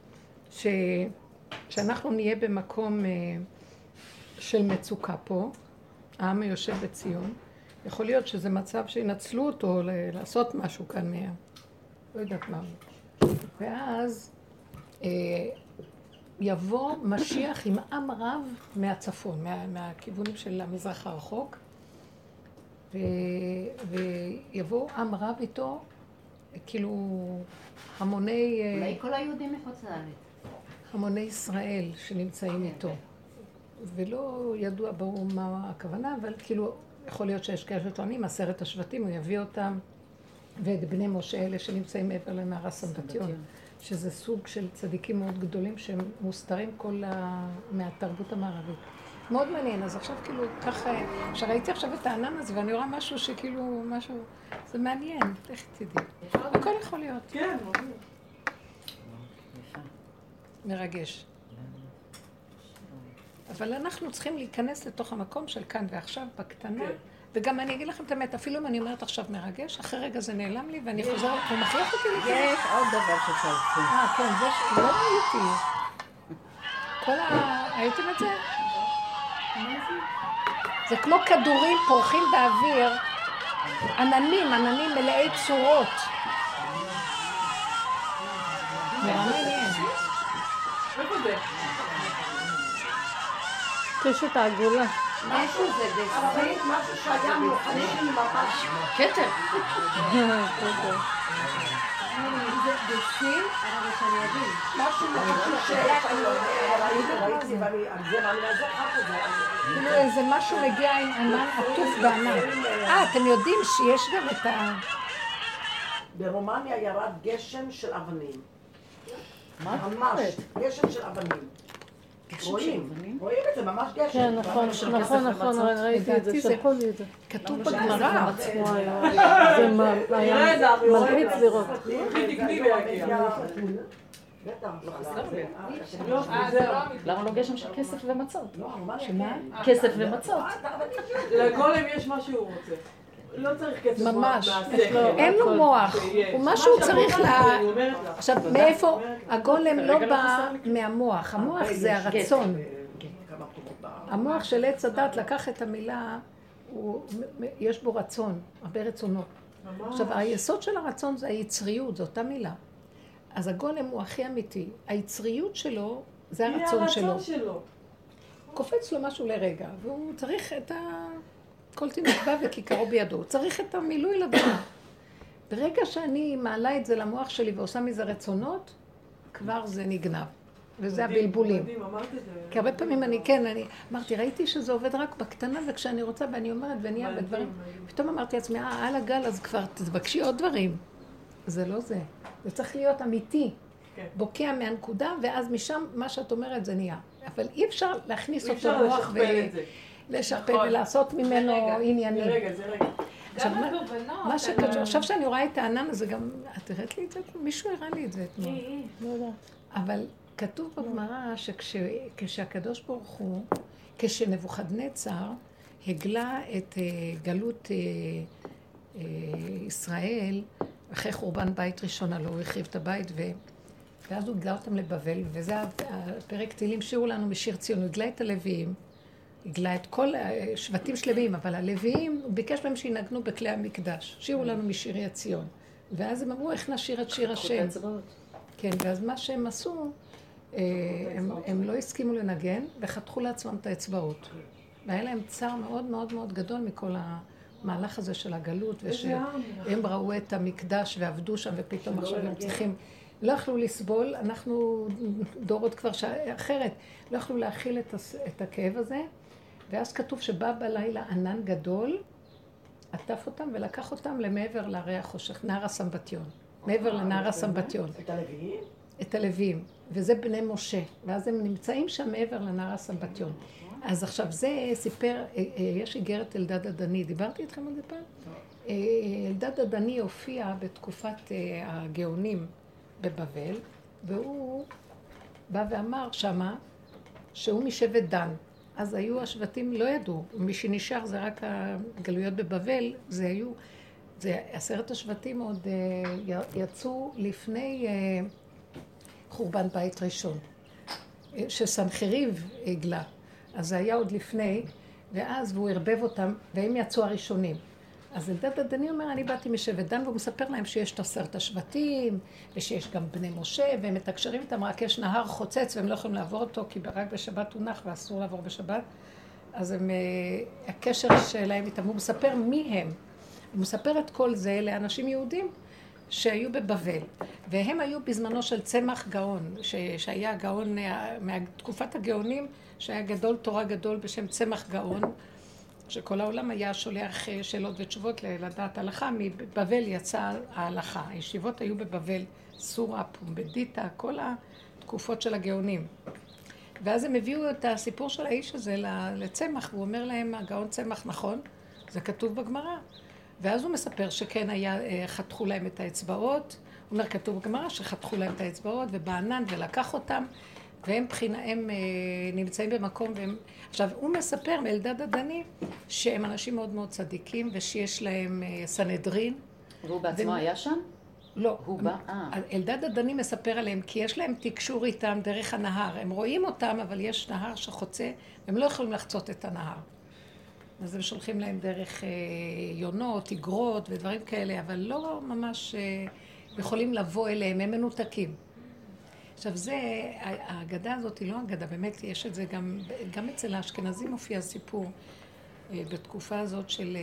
Speaker 8: שאנחנו נהיה במקום של מצוקה פה, העם היושב בציון, יכול להיות שזה מצב שינצלו אותו לעשות משהו כאן לא יודעת מה. ואז יבוא משיח עם עם רב מהצפון, מהכיוונים של המזרח הרחוק, ויבוא עם רב איתו, כאילו המוני...
Speaker 7: אולי כל היהודים מחוץ לארץ.
Speaker 8: המוני ישראל שנמצאים איתו. ולא ידוע ברור מה הכוונה, אבל כאילו יכול להיות שיש כאלה שטוענים, 10 השבטים, הוא יביא אותם, ואת בני משה אלה שנמצאים מעבר למערה סמבטיון, שזה סוג של צדיקים מאוד גדולים שהם מוסתרים מהתרבות המערבית. מאוד מעניין, אז עכשיו כאילו ככה, שראיתי עכשיו את הענן הזה ואני רואה משהו שכאילו משהו, זה מעניין, איך תדעי. הכל יכול להיות.
Speaker 2: כן,
Speaker 8: מרגש. אבל אנחנו צריכים להיכנס לתוך המקום של כאן ועכשיו בקטנה, וגם אני אגיד לכם את האמת, אפילו אם אני אומרת עכשיו מרגש, אחרי רגע זה נעלם לי ואני חוזרת, הוא מכריח אותי לכאן.
Speaker 7: יש עוד דבר שצריכים.
Speaker 8: כן, זה לא הייתי. הייתם את זה? זה כמו כדורים פורחים באוויר, עננים מלאי צורות. נראה מעניין.
Speaker 2: איפה זה?
Speaker 8: קשת העגולה.
Speaker 5: משהו זה בסין?
Speaker 4: משהו שהיה מוכנים ממש.
Speaker 7: כתר.
Speaker 5: זה בסין? אבל שאני אבין.
Speaker 4: משהו ראיתי ואני על זה מאמינה, זה אחת את זה.
Speaker 8: כאילו איזה משהו מגיע עם ענן עטוף בענן. אתם יודעים שיש גם את
Speaker 4: ברומניה ירד גשם של אבנים.
Speaker 10: מה?
Speaker 4: ממש, גשם של אבנים. רואים את זה, ממש גשם.
Speaker 8: כן, נכון, ראיתי את זה, שלחו לי את זה. כתוב בגמרא. זה מלחיץ לראות.
Speaker 10: למה לא גשם של כסף ומצות?
Speaker 8: שמה?
Speaker 10: כסף ומצות.
Speaker 2: לגולם יש מה שהוא רוצה. לא צריך כסף.
Speaker 8: ממש. אין לו מוח. הוא משהו צריך עכשיו, מאיפה? הגולם לא בא מהמוח. המוח זה הרצון. המוח של עץ הדת לקח את המילה, יש בו רצון, הרבה רצונות. עכשיו, היסוד של הרצון זה היצריות, זו אותה מילה. אז הגולם הוא הכי אמיתי. היצריות שלו זה הרצון שלו. קופץ לו משהו לרגע, והוא צריך את כל תינוק בא וכיכרו בידו, הוא צריך את המילוי לבנה. ברגע שאני מעלה את זה למוח שלי ועושה מזה רצונות, כבר זה נגנב. וזה הבלבולים. כי הרבה פעמים אני אמרתי, ראיתי שזה עובד רק בקטנה, וכשאני רוצה ואני אומרת ונהיה בדברים, פתאום אמרתי לעצמי, על הגל אז כבר תבקשי עוד דברים. זה לא זה. זה צריך להיות אמיתי. בוקע מהנקודה, ואז משם מה שאת אומרת זה נהיה. אבל אי אפשר להכניס אותו למוח ולשכפל ולעשות ממנו עניינים.
Speaker 2: זה רגע.
Speaker 8: מה שכתוב, עכשיו שאני רואה את הענן הזה גם, את הראית לי את זה? מישהו הראה לי את זה אתמול. לא יודעת. אבל כתוב בגמרא שכשהקדוש ברוך הוא כשנבוכדנצר הגלה את גלות ישראל, אחרי חורבן בית ראשון, הלוא הוא החריב את הבית, ואז הוא הגלה אותם לבבל, וזה הפרק תהילים שירו לנו משיר ציון, הוא הגלה את הלוויים, הגלה את כל שבטים שלמים, אבל הלוויים, הוא ביקש מהם שינגנו בכלי המקדש, שירו לנו משירי הציון. ואז הם אמרו, איך נשיר את שיר השם? כן, ואז מה שהם עשו, הם לא הסכימו לנגן, וחתכו לעצמם את האצבעות. והיה להם צער מאוד מאוד מאוד גדול מכל המהלך הזה של הגלות, ושהם ראו את המקדש ועבדו שם, ופתאום עכשיו הם צריכים, לא יכלו לסבול, אנחנו דורות כבר אחרת, לא יכלו להכיל את הכאב הזה, ואז כתוב שבא בלילה ענן גדול, עטף אותם ולקח אותם למעבר להרי החושך, נהר הסמבטיון, מעבר לנהר הסמבטיון.
Speaker 4: את הלוויים?
Speaker 8: את הלוויים, וזה בני משה, ואז הם נמצאים שם מעבר לנהר הסמבטיון. אז עכשיו זה סיפר, יש איגרת אלדד הדני, דיברתי איתכם על זה פעם? אלדד הדני הופיע בתקופת הגאונים בבבל, והוא בא ואמר שמה שהוא משבט דן. אז היו השבטים, לא ידעו, מי שנשאר זה רק הגלויות בבבל, זה היו, זה 10 השבטים עוד יצאו לפני חורבן בית ראשון, שסנחריב הגלה. אז זה היה עוד לפני, ואז הוא הרבב אותם, והם יצאו הראשונים. אז אלדד הדני אומר, אני באתי משבט דן, והוא מספר להם שיש את 10 השבטים, ושיש גם בני משה, והם מתקשרים איתם, רק יש נהר חוצץ, והם לא יכולים לעבור אותו, כי רק בשבת הוא נח, ואסור לעבור בשבת. אז הם, הקשר שלהם איתם, הוא מספר מי הם. הוא מספר את כל זה לאנשים יהודים שהיו בבבל. והם היו בזמנו של צמח גאון, שהיה גאון מתקופת הגאונים, שהיה גדול תורה גדול בשם צמח גאון, שכל העולם היה שולח שאלות ותשובות לדעת הלכה, מבבל יצאה ההלכה. הישיבות היו בבבל, סורה, פומבדיטה, כל התקופות של הגאונים. ואז הם הביאו את הסיפור של האיש הזה לצמח, והוא אומר להם, הגאון צמח נכון, זה כתוב בגמרא. ואז הוא מספר שכן היה, חתכו להם את האצבעות, הוא אומר, כתוב בגמרא שחתכו להם את האצבעות ובענן ולקח אותם, והם הם נמצאים במקום, והם... עכשיו, הוא מספר מאלדד הדני שהם אנשים מאוד מאוד צדיקים, ושיש להם סנהדרין.
Speaker 10: והוא בעצמו היה שם?
Speaker 8: לא.
Speaker 10: הוא בא?
Speaker 8: אלדד הדני מספר עליהם, כי יש להם תקשור איתם דרך הנהר. הם רואים אותם, אבל יש נהר שחוצה, והם לא יכולים לחצות את הנהר. אז הם שולחים להם דרך יונות, תגרות ודברים כאלה, אבל לא ממש יכולים לבוא אליהם, הם מנותקים. עכשיו זה, האגדה הזאת היא לא אגדה, באמת יש את זה גם אצל האשכנזים מופיע סיפור בתקופה הזאת של,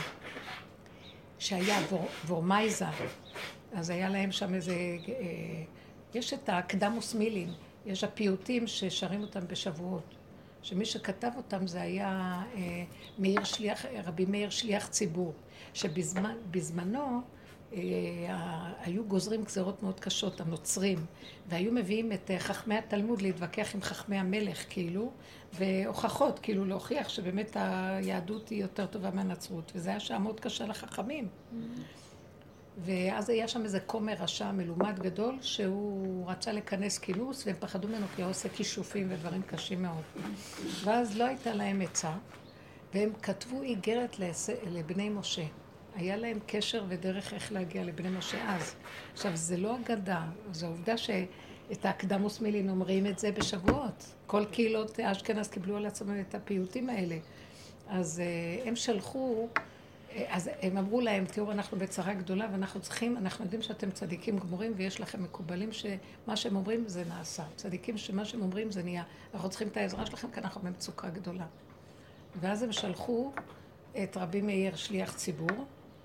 Speaker 8: שהיה וורמייזה, אז היה להם שם איזה, יש את הקדמוס מילין, יש הפיוטים ששרים אותם בשבועות, שמי שכתב אותם זה היה רבי מאיר שליח ציבור, שבזמנו היו גוזרים גזרות מאוד קשות, הנוצרים, והיו מביאים את חכמי התלמוד להתווכח עם חכמי המלך, כאילו, והוכחות, כאילו, להוכיח שבאמת היהדות היא יותר טובה מהנצרות, וזה היה שעה מאוד קשה לחכמים. ואז היה שם איזה כומר רשע מלומד גדול, שהוא רצה לכנס כינוס, והם פחדו ממנו כי הוא עושה כישופים ודברים קשים מאוד. ואז לא הייתה להם עצה, והם כתבו איגרת לבני משה. היה להם קשר ודרך איך להגיע לבני משה אז. עכשיו, זה לא אגדה, זו עובדה שאת הקדמוס מילין אומרים את זה בשבועות. כל קהילות אשכנז קיבלו על עצמם את הפיוטים האלה. אז הם שלחו, אז הם אמרו להם, תראו, אנחנו בצרה גדולה ואנחנו צריכים, אנחנו יודעים שאתם צדיקים גמורים ויש לכם מקובלים שמה שהם אומרים זה נעשה. צדיקים שמה שהם אומרים זה נהיה. אנחנו צריכים את העזרה שלכם כי אנחנו במצוקה גדולה. ואז הם שלחו את רבי מאיר שליח ציבור,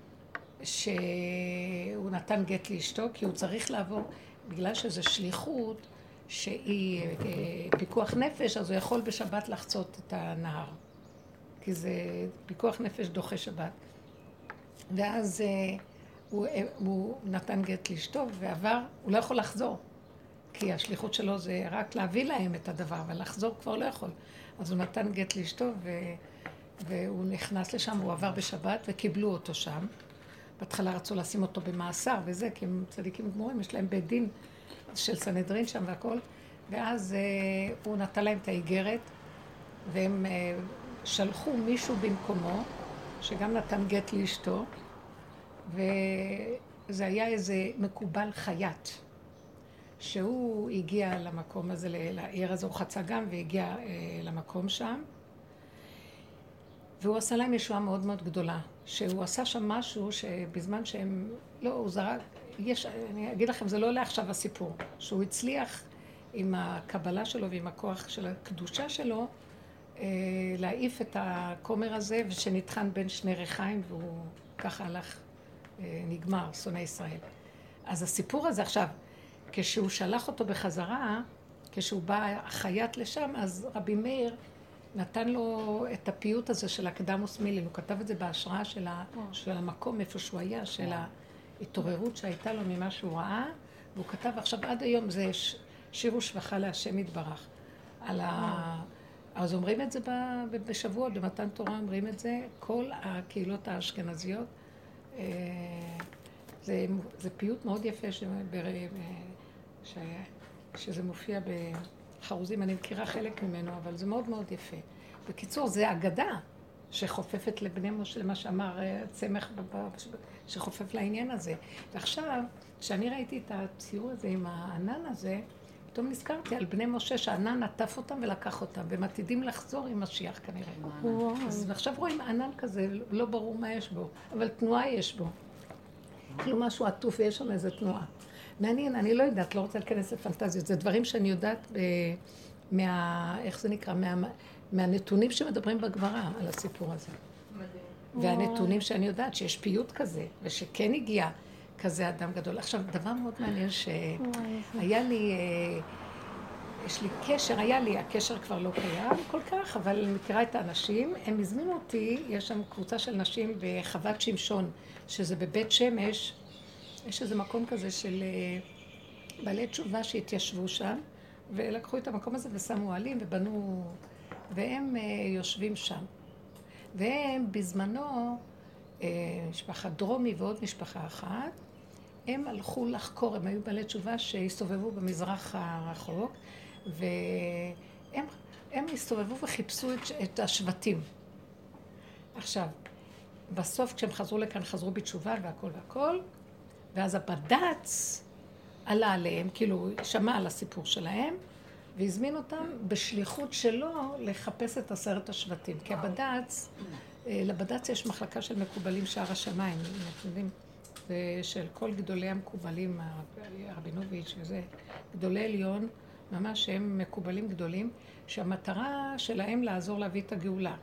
Speaker 8: שהוא נתן גט לאשתו, כי הוא צריך לעבור, בגלל שזו שליחות שהיא פיקוח נפש, אז הוא יכול בשבת לחצות את הנהר. כי זה פיקוח נפש דוחה שבת. ואז הוא נתן גט לאשתו ועבר, הוא לא יכול לחזור. כי השליחות שלו זה רק להביא להם את הדבר, אבל לחזור כבר לא יכול. אז הוא נתן גט לאשתו והוא נכנס לשם, הוא עבר בשבת וקיבלו אותו שם. בהתחלה רצו לשים אותו במאסר וזה, כי הם צדיקים גמורים, יש להם בית דין של סנהדרין שם והכל. ואז הוא נתן להם את האיגרת, והם שלחו מישהו במקומו, שגם נתן גט לאשתו, וזה היה איזה מקובל חייט, שהוא הגיע למקום הזה, לעיר הזה, הוא חצה גם והגיע למקום שם, והוא עשה להם ישועה מאוד מאוד גדולה, שהוא עשה שם משהו שבזמן שהם, לא, הוא זרק, אני אגיד לכם, זה לא עולה עכשיו הסיפור, שהוא הצליח עם הקבלה שלו ועם הכוח של הקדושה שלו, להעיף את הכומר הזה ושנטחן בין שני ריחיים, והוא ככה הלך, נגמר, שונא ישראל. אז הסיפור הזה עכשיו, כשהוא שלח אותו בחזרה, כשהוא בא חייט לשם, אז רבי מאיר נתן לו את הפיוט הזה של הקדמוס מילין, הוא כתב את זה בהשראה של המקום איפה שהוא היה, של ההתעוררות שהייתה לו ממה שהוא ראה, והוא כתב עכשיו עד היום, זה שיר ושבחה להשם יתברך. אז אומרים את זה בשבועות, במתן תורה אומרים את זה, כל הקהילות האשכנזיות, זה פיוט מאוד יפה שזה מופיע בחרוזים, אני מכירה חלק ממנו, אבל זה מאוד מאוד יפה. בקיצור, זה אגדה שחופפת לבני משה, מה שאמר צמח, שחופף לעניין הזה. ועכשיו, כשאני ראיתי את הציור הזה עם הענן הזה, פתאום נזכרתי על בני משה שהענן עטף אותם ולקח אותם, והם עתידים לחזור עם משיח כנראה. אז עכשיו רואים ענן כזה, לא ברור מה יש בו, אבל תנועה יש בו. כאילו משהו עטוף ויש שם איזו תנועה. מעניין, אני לא יודעת, לא רוצה להיכנס לפנטזיות, זה דברים שאני יודעת איך זה נקרא, מהנתונים שמדברים בגמרא על הסיפור הזה. והנתונים שאני יודעת שיש פיוט כזה, ושכן הגיע כזה אדם גדול. עכשיו, דבר מאוד מעניין שהיה לי, יש לי קשר, הקשר כבר לא קיים כל כך, אבל אני מכירה את האנשים, הם הזמינו אותי, יש שם קבוצה של נשים בחוות שמשון, שזה בבית שמש, יש איזה מקום כזה של בעלי תשובה שהתיישבו שם, ולקחו את המקום הזה ושמו עלים ובנו, והם יושבים שם. והם בזמנו, משפחה דרומי ועוד משפחה אחת, הם הלכו לחקור, הם היו בעלי תשובה שהסתובבו במזרח הרחוק, והם הסתובבו וחיפשו את השבטים. עכשיו, בסוף כשהם חזרו לכאן, חזרו בתשובה והכל והכל, ואז הבד"ץ עלה עליהם, כאילו שמע על הסיפור שלהם, והזמין אותם בשליחות שלו לחפש את 10 השבטים. כי הבד"ץ, לבד"ץ יש מחלקה של מקובלים שער השמיים, אנחנו יודעים, ושל כל גדולי המקובלים, רבינוביץ' וזה, גדולי עליון, ממש הם מקובלים גדולים, שהמטרה שלהם לעזור להביא את הגאולה.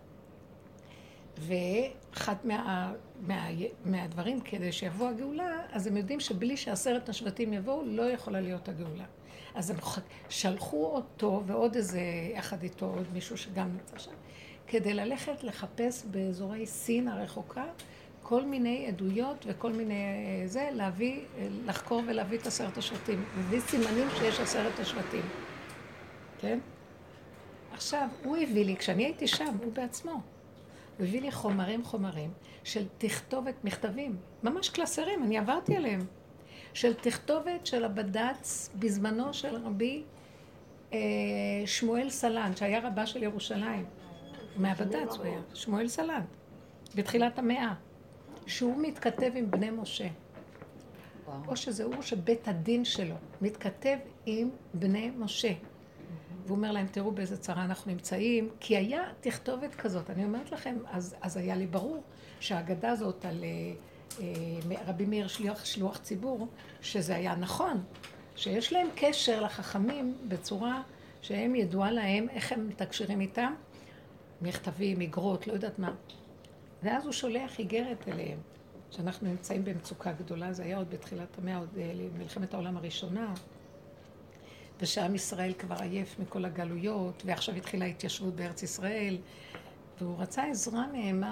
Speaker 8: ואחד מהדברים כדי שיבוא הגאולה, אז הם יודעים שבלי ש10 השבטים יבואו, לא יכולה להיות הגאולה. אז הם שלחו אותו ועוד איזה, יחד איתו עוד מישהו שגם נמצא שם, כדי ללכת לחפש באזורי סין הרחוקה, כל מיני עדויות וכל מיני זה, לחקור ולהביא את 10 השבטים. מביא סימנים שיש 10 השבטים. כן? עכשיו, הוא הביא לי, כשאני הייתי שם, הוא בעצמו, הוא הביא לי חומרים של תכתובת מכתבים, ממש קלסרים, אני עברתי עליהם, של תכתובת של הבד"ץ בזמנו של רבי שמואל סלנט, שהיה רבה של ירושלים, מהבד"ץ הוא היה, שמואל סלנט, בתחילת המאה, שהוא מתכתב עם בני משה, או שזה הוא שבית הדין שלו מתכתב עם בני משה. והוא אומר להם, תראו באיזה צרה אנחנו נמצאים, כי היה תכתובת כזאת. אני אומרת לכם, אז היה לי ברור שהאגדה הזאת על רבי מאיר שלוח ציבור, שזה היה נכון, שיש להם קשר לחכמים בצורה שהם ידועה להם, איך הם מתקשרים איתם, מכתבים, אגרות, לא יודעת מה. ואז הוא שולח איגרת אליהם, שאנחנו נמצאים במצוקה גדולה, זה היה עוד בתחילת המאה, עוד מלחמת העולם הראשונה, ושעם ישראל כבר עייף מכל הגלויות, ועכשיו התחילה התיישבות בארץ ישראל, והוא רצה עזרה מהם,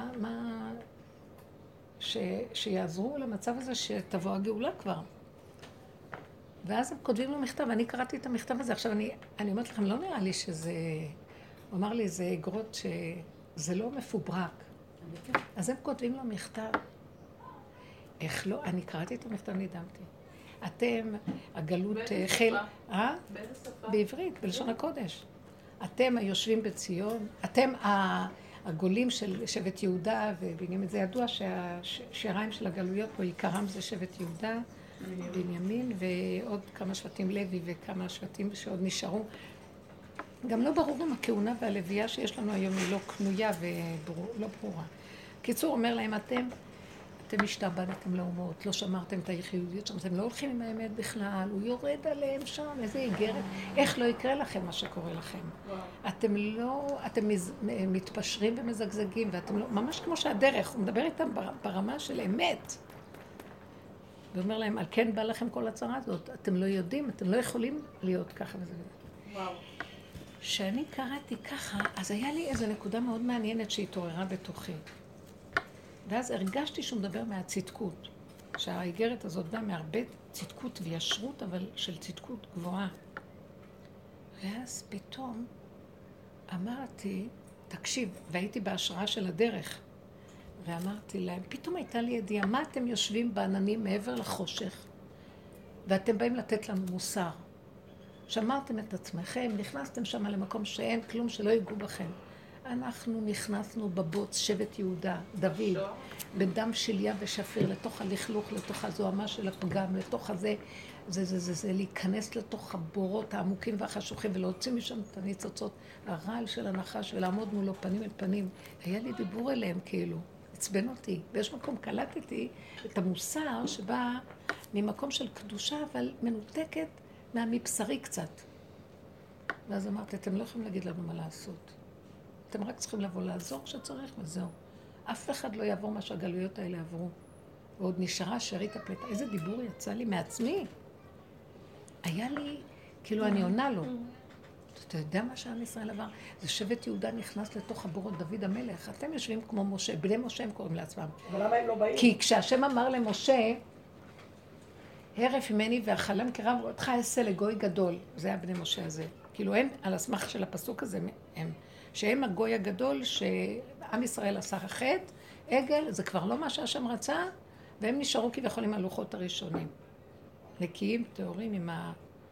Speaker 8: שיעזרו למצב הזה שתבוא הגאולה כבר. ואז הם כותבים לו מכתב, אני קראתי את המכתב הזה, עכשיו אני אומרת לכם, לא נראה לי שזה, הוא אמר לי, זה אגרות שזה לא מפוברק. אז הם כותבים לו מכתב. איך לא? אני קראתי את המכתב, נדהמתי. אתם, הגלות חיל...
Speaker 3: באיזה שפה?
Speaker 8: בעברית, בלשון הקודש. אתם היושבים בציון, אתם הגולים של שבט יהודה, ובנימין זה ידוע שהשיריים של הגלויות פה, עיקרם זה שבט יהודה, בנימין, ועוד כמה שבטים לוי וכמה שבטים שעוד נשארו. גם לא ברור אם הכהונה והלוויה שיש לנו היום היא לא קנויה ולא ברורה. קיצור אומר להם, אתם השתעבדתם לאומות, לא שמרתם את היחידות שם, אתם לא הולכים עם האמת בכלל, הוא יורד עליהם שם, איזה איגרת, איך לא יקרה לכם מה שקורה לכם. אתם מתפשרים ומזגזגים, ואתם לא, ממש כמו שהדרך, הוא מדבר איתם ברמה של אמת. ואומר להם, על כן בא לכם כל הצרה הזאת, אתם לא יודעים, אתם לא יכולים להיות ככה וזה. וואו. כשאני קראתי ככה, אז היה לי איזו נקודה מאוד מעניינת שהתעוררה בתוכי. ואז הרגשתי שהוא מדבר מהצדקות, שהאיגרת הזאת באה מהרבה צדקות וישרות, אבל של צדקות גבוהה. ואז פתאום אמרתי, תקשיב, והייתי בהשראה של הדרך, ואמרתי להם, פתאום הייתה לי ידיעה, מה אתם יושבים בעננים מעבר לחושך, ואתם באים לתת לנו מוסר. שמרתם את עצמכם, נכנסתם שם למקום שאין כלום שלא ייגעו בכם. אנחנו נכנסנו בבוץ שבט יהודה, דוד, בדם שליה ושפיר, לתוך הלכלוך, לתוך הזוהמה של הפגם, לתוך הזה, זה להיכנס לתוך הבורות העמוקים והחשוכים ולהוציא משם את הניצוצות, הרעל של הנחש ולעמוד מולו פנים אל פנים. היה לי דיבור אליהם כאילו, עצבן אותי. ויש מקום קלטתי את המוסר שבא ממקום של קדושה, אבל מנותקת מהמבשרי קצת. ואז אמרתי, אתם לא יכולים להגיד לנו מה לעשות. אתם רק צריכים לבוא לעזור כשצריך וזהו. אף אחד לא יעבור מה שהגלויות האלה עברו. ועוד נשארה שארית הפליטה. איזה דיבור יצא לי מעצמי. היה לי, כאילו אני עונה לו. אתה יודע מה שעם ישראל עבר? זה שבט יהודה נכנס לתוך הבורות דוד המלך. אתם יושבים כמו משה, בני משה הם קוראים לעצמם.
Speaker 4: אבל למה הם לא באים?
Speaker 8: כי כשהשם אמר למשה, הרף ממני והחלם קרב אותך אעשה לגוי גדול. זה היה בני משה הזה. כאילו אין, על הסמך של הפסוק הזה, הם, שהם הגוי הגדול שעם ישראל עשה חטא, עגל, זה כבר לא מה שהשם רצה, והם נשארו כביכול עם הלוחות הראשונים. נקיים, טהורים עם ה...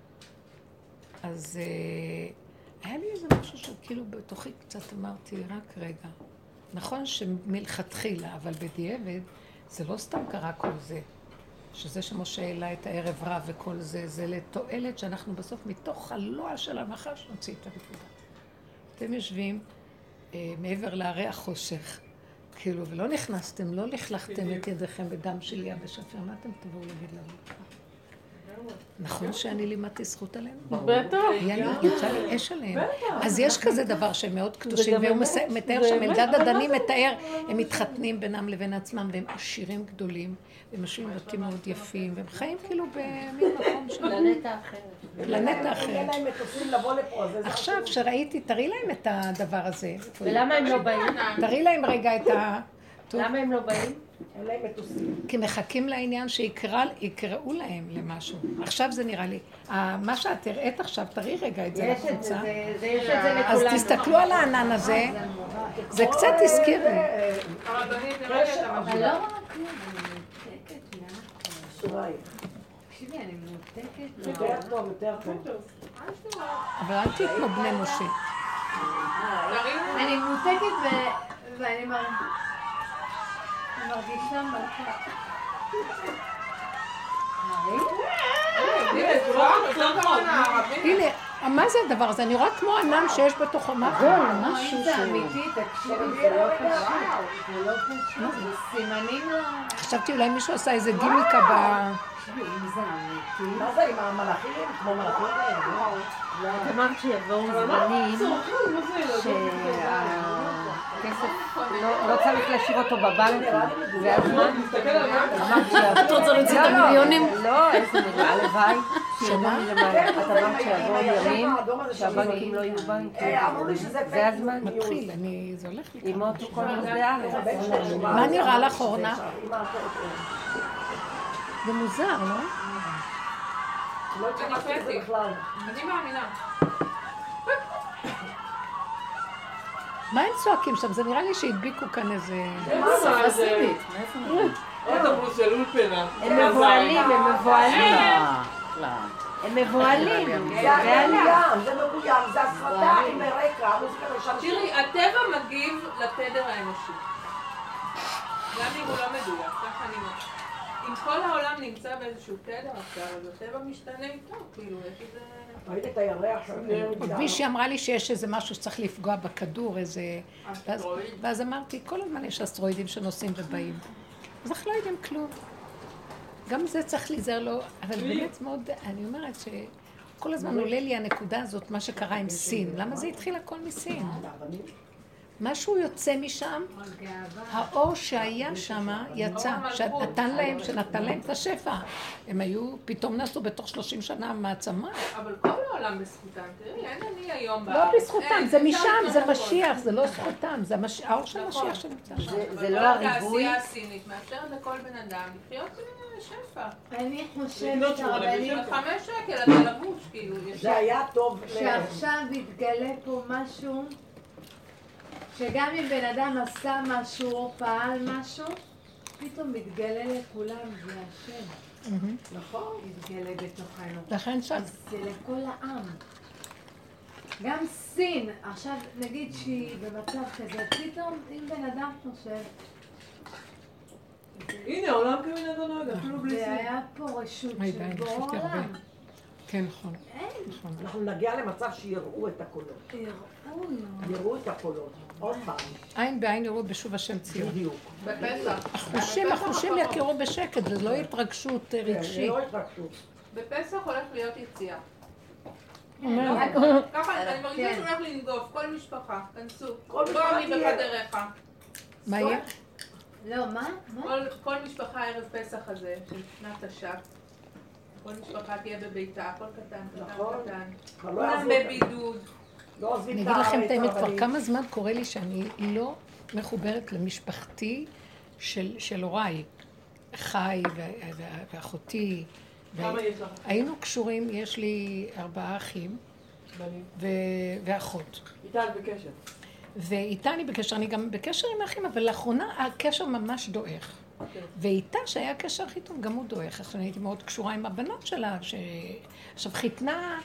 Speaker 8: אז היה לי איזה משהו שכאילו בתוכי קצת אמרתי, רק רגע. נכון שמלכתחילה, אבל בדיעבד, זה לא סתם קרה כל זה. שזה שמשה העלה את הערב רב וכל זה, זה לתועלת שאנחנו בסוף מתוך הלוע של הנחש נוציא את הנקודה. אתם יושבים מעבר להרי החושך, כאילו, ולא נכנסתם, לא לכלכתם את ידיכם בדם שליה בשפיר, מה אתם תבואו להגיד לנו? נכון שאני לימדתי זכות עליהם?
Speaker 2: בטח.
Speaker 8: יצא לי אש עליהם. אז יש כזה דבר שהם מאוד קדושים, והוא מתאר שם, אלדד הדני מתאר, הם מתחתנים בינם לבין עצמם, והם עשירים גדולים, והם משאים בתים מאוד יפים, והם חיים כאילו במין מקום של...
Speaker 7: פלנטה אחרת.
Speaker 8: פלנטה אחרת.
Speaker 4: אין להם מטוסים לבוא לפה.
Speaker 8: עכשיו, שראיתי, תראי להם את הדבר הזה.
Speaker 7: ולמה הם לא באים?
Speaker 8: תראי להם רגע את ה...
Speaker 7: למה הם לא באים?
Speaker 4: אין להם מטוסים.
Speaker 8: כי מחכים לעניין שיקראו להם למשהו. עכשיו זה נראה לי. מה שאת הראית עכשיו, תראי רגע את זה לחוצה.
Speaker 7: יש את זה לכולנו.
Speaker 8: אז תסתכלו על הענן הזה. זה קצת הזכיר לי.
Speaker 3: הרבנית, נראה לי אתה
Speaker 5: אבל לא רק כלום, אני מנותקת
Speaker 4: שורי.
Speaker 5: תקשיבי, אני מנותקת.
Speaker 4: יותר טוב, יותר טוב.
Speaker 8: אבל אל תהיי כמו בני משה.
Speaker 5: אני מנותקת ואני מרגישה מלכה.
Speaker 8: הנה, מה זה הדבר הזה? אני רואה כמו ענן שיש בתוכו משהו.
Speaker 5: משהו זה אמיתי, תקשיבי, זה לא קשה. זה לא קשה, זה סימנים לה...
Speaker 8: חשבתי אולי מישהו עשה איזה גימיקה ב...
Speaker 5: תקשיבי, אם זה אמיתי...
Speaker 4: מה זה עם המלאכים? כמו מלאכים?
Speaker 7: את אמרת שיבואו זמנים שהכסף לא צריך להשאיר אותו בבנק, זה הזמן.
Speaker 10: את רוצה להוציא את המיליונים?
Speaker 7: לא, איזה מילה, הלוואי. שמה? את אמרת שיבואו ימים שהבנקים לא יהיו בנקים. זה הזמן.
Speaker 8: מתחיל, זה הולך לי
Speaker 7: עם אותו כל מוזדי הארץ.
Speaker 8: מה נראה לך, אורנה? זה מוזר, לא?
Speaker 4: לא התייחסתי לזה בכלל.
Speaker 3: אני מאמינה.
Speaker 8: מה הם צועקים שם? זה נראה לי שהדביקו כאן איזה...
Speaker 2: מה זה? עוד אמרו של אולפנה.
Speaker 7: הם מבועלים, הם מבועלים.
Speaker 5: הם מבוהלים.
Speaker 4: זה מבוים, זה הסרטה עם הרקע, המוזיקה ראשונה.
Speaker 3: תראי, הטבע מגיב לתדר האנושי. גם אם הוא לא מדויק, ככה אני אומרת. אם כל העולם נמצא באיזשהו תדר עכשיו, אז הטבע משתנה איתו, כאילו, יש איזה...
Speaker 4: ראית את הירח שם?
Speaker 8: מישהי אמרה לי שיש איזה משהו שצריך לפגוע בכדור, איזה... ואז אמרתי, כל הזמן יש אסטרואידים שנוסעים ובאים. אז אנחנו לא יודעים כלום. גם זה צריך להיזהר לו, אבל באמת מאוד, אני אומרת שכל הזמן עולה לי הנקודה הזאת, מה שקרה עם סין. למה זה התחיל הכל מסין? משהו יוצא משם, האור שהיה שם יצא, שנתן להם את השפע. הם היו, פתאום נעשו בתוך 30 שנה מעצמה.
Speaker 3: אבל כל העולם בזכותם, תראי, אין אני היום
Speaker 8: לא בזכותם, זה משם, זה משיח, זה לא זכותם, זה האור של המשיח שנמצא שם.
Speaker 5: זה לא הריבוי.
Speaker 3: התעשייה הסינית מאפשרת לכל בן אדם לחיות בשפע.
Speaker 5: אני חושבת הרבנית...
Speaker 3: 5 שקל, אתה לבוש, כאילו.
Speaker 4: זה היה טוב.
Speaker 5: שעכשיו מתגלה פה משהו, שגם אם בן אדם עשה משהו או פעל משהו, פתאום מתגלה לכולם, זה השם.
Speaker 4: נכון.
Speaker 5: מתגלה בתוכנו.
Speaker 8: לכן שם.
Speaker 5: זה לכל העם. גם סין, עכשיו נגיד שהיא במצב כזה, פתאום אם בן אדם חושב...
Speaker 2: הנה, העולם כמנהגו נוהג, אפילו בלי סין.
Speaker 5: זה היה פה רשות של בורא עולם.
Speaker 8: כן, נכון.
Speaker 4: אנחנו נגיע למצב שיראו את הקולות. יראו את הקולות. עוד פעם.
Speaker 8: עין בעין יראו בשוב השם ציון.
Speaker 4: בדיוק.
Speaker 3: בפסח.
Speaker 8: החושים יכירו בשקט, זה לא התרגשות רגשית.
Speaker 4: לא התרגשות.
Speaker 3: בפסח הולך להיות יציאה.
Speaker 8: אומר.
Speaker 3: ככה, אני מרגישה שהולך לנגוף, כל משפחה, כנסו.
Speaker 4: כל משפחה
Speaker 3: בואו בחדריך.
Speaker 8: מה יהיה?
Speaker 5: לא, מה?
Speaker 3: כל משפחה ערב פסח הזה, של שנת תש"ף, כל משפחה תהיה בביתה, הכל קטן, קטן. כולם בבידוד.
Speaker 8: אני אגיד לכם את האמת, כבר כמה זמן קורה לי שאני לא מחוברת למשפחתי של הוריי, חי ואחותי.
Speaker 2: כמה יש לך?
Speaker 8: היינו קשורים, יש לי 4 אחים ואחות.
Speaker 2: איתה את בקשר.
Speaker 8: ואיתה אני בקשר, אני גם בקשר עם האחים, אבל לאחרונה הקשר ממש דועך. ואיתה שהיה הקשר הכי טוב, גם הוא דועך. עכשיו אני הייתי מאוד קשורה עם הבנות שלה, עכשיו חיתנה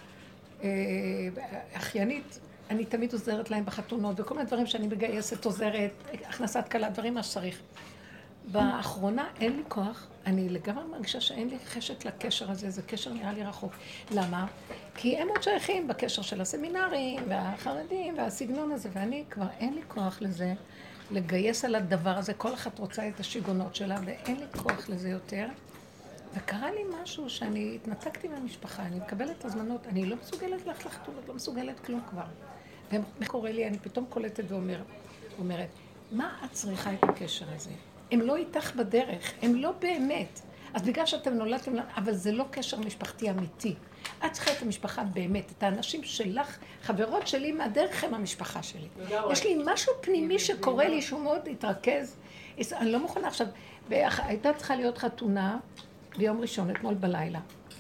Speaker 8: אחיינית, אני תמיד עוזרת להם בחתונות, וכל מיני דברים שאני מגייסת, עוזרת, הכנסת קלה, דברים מה שצריך. באחרונה אין לי כוח, אני לגמרי מרגישה שאין לי חשק לקשר הזה, זה קשר נראה לי רחוק. למה? כי הם עוד שייכים בקשר של הסמינרים והחרדים והסגנון הזה, ואני כבר אין לי כוח לזה, לגייס על הדבר הזה, כל אחת רוצה את השיגונות שלה, ואין לי כוח לזה יותר. וקרה לי משהו שאני התנתקתי מהמשפחה, אני מקבלת את הזמנות, אני לא מסוגלת ללכת לחתונות, לא מסוגלת כלום כבר. ומה קורה לי? אני פתאום קולטת ואומרת, מה את צריכה את הקשר הזה? הם לא איתך בדרך, הם לא באמת. אז בגלל שאתם נולדתם, אבל זה לא קשר משפחתי אמיתי. את צריכה את המשפחה באמת, את האנשים שלך, חברות שלי מהדרך הם המשפחה שלי. יש לי משהו פנימי שקורה לי שהוא מאוד התרכז. אני לא מוכנה עכשיו, הייתה צריכה להיות חתונה ביום ראשון, אתמול בלילה,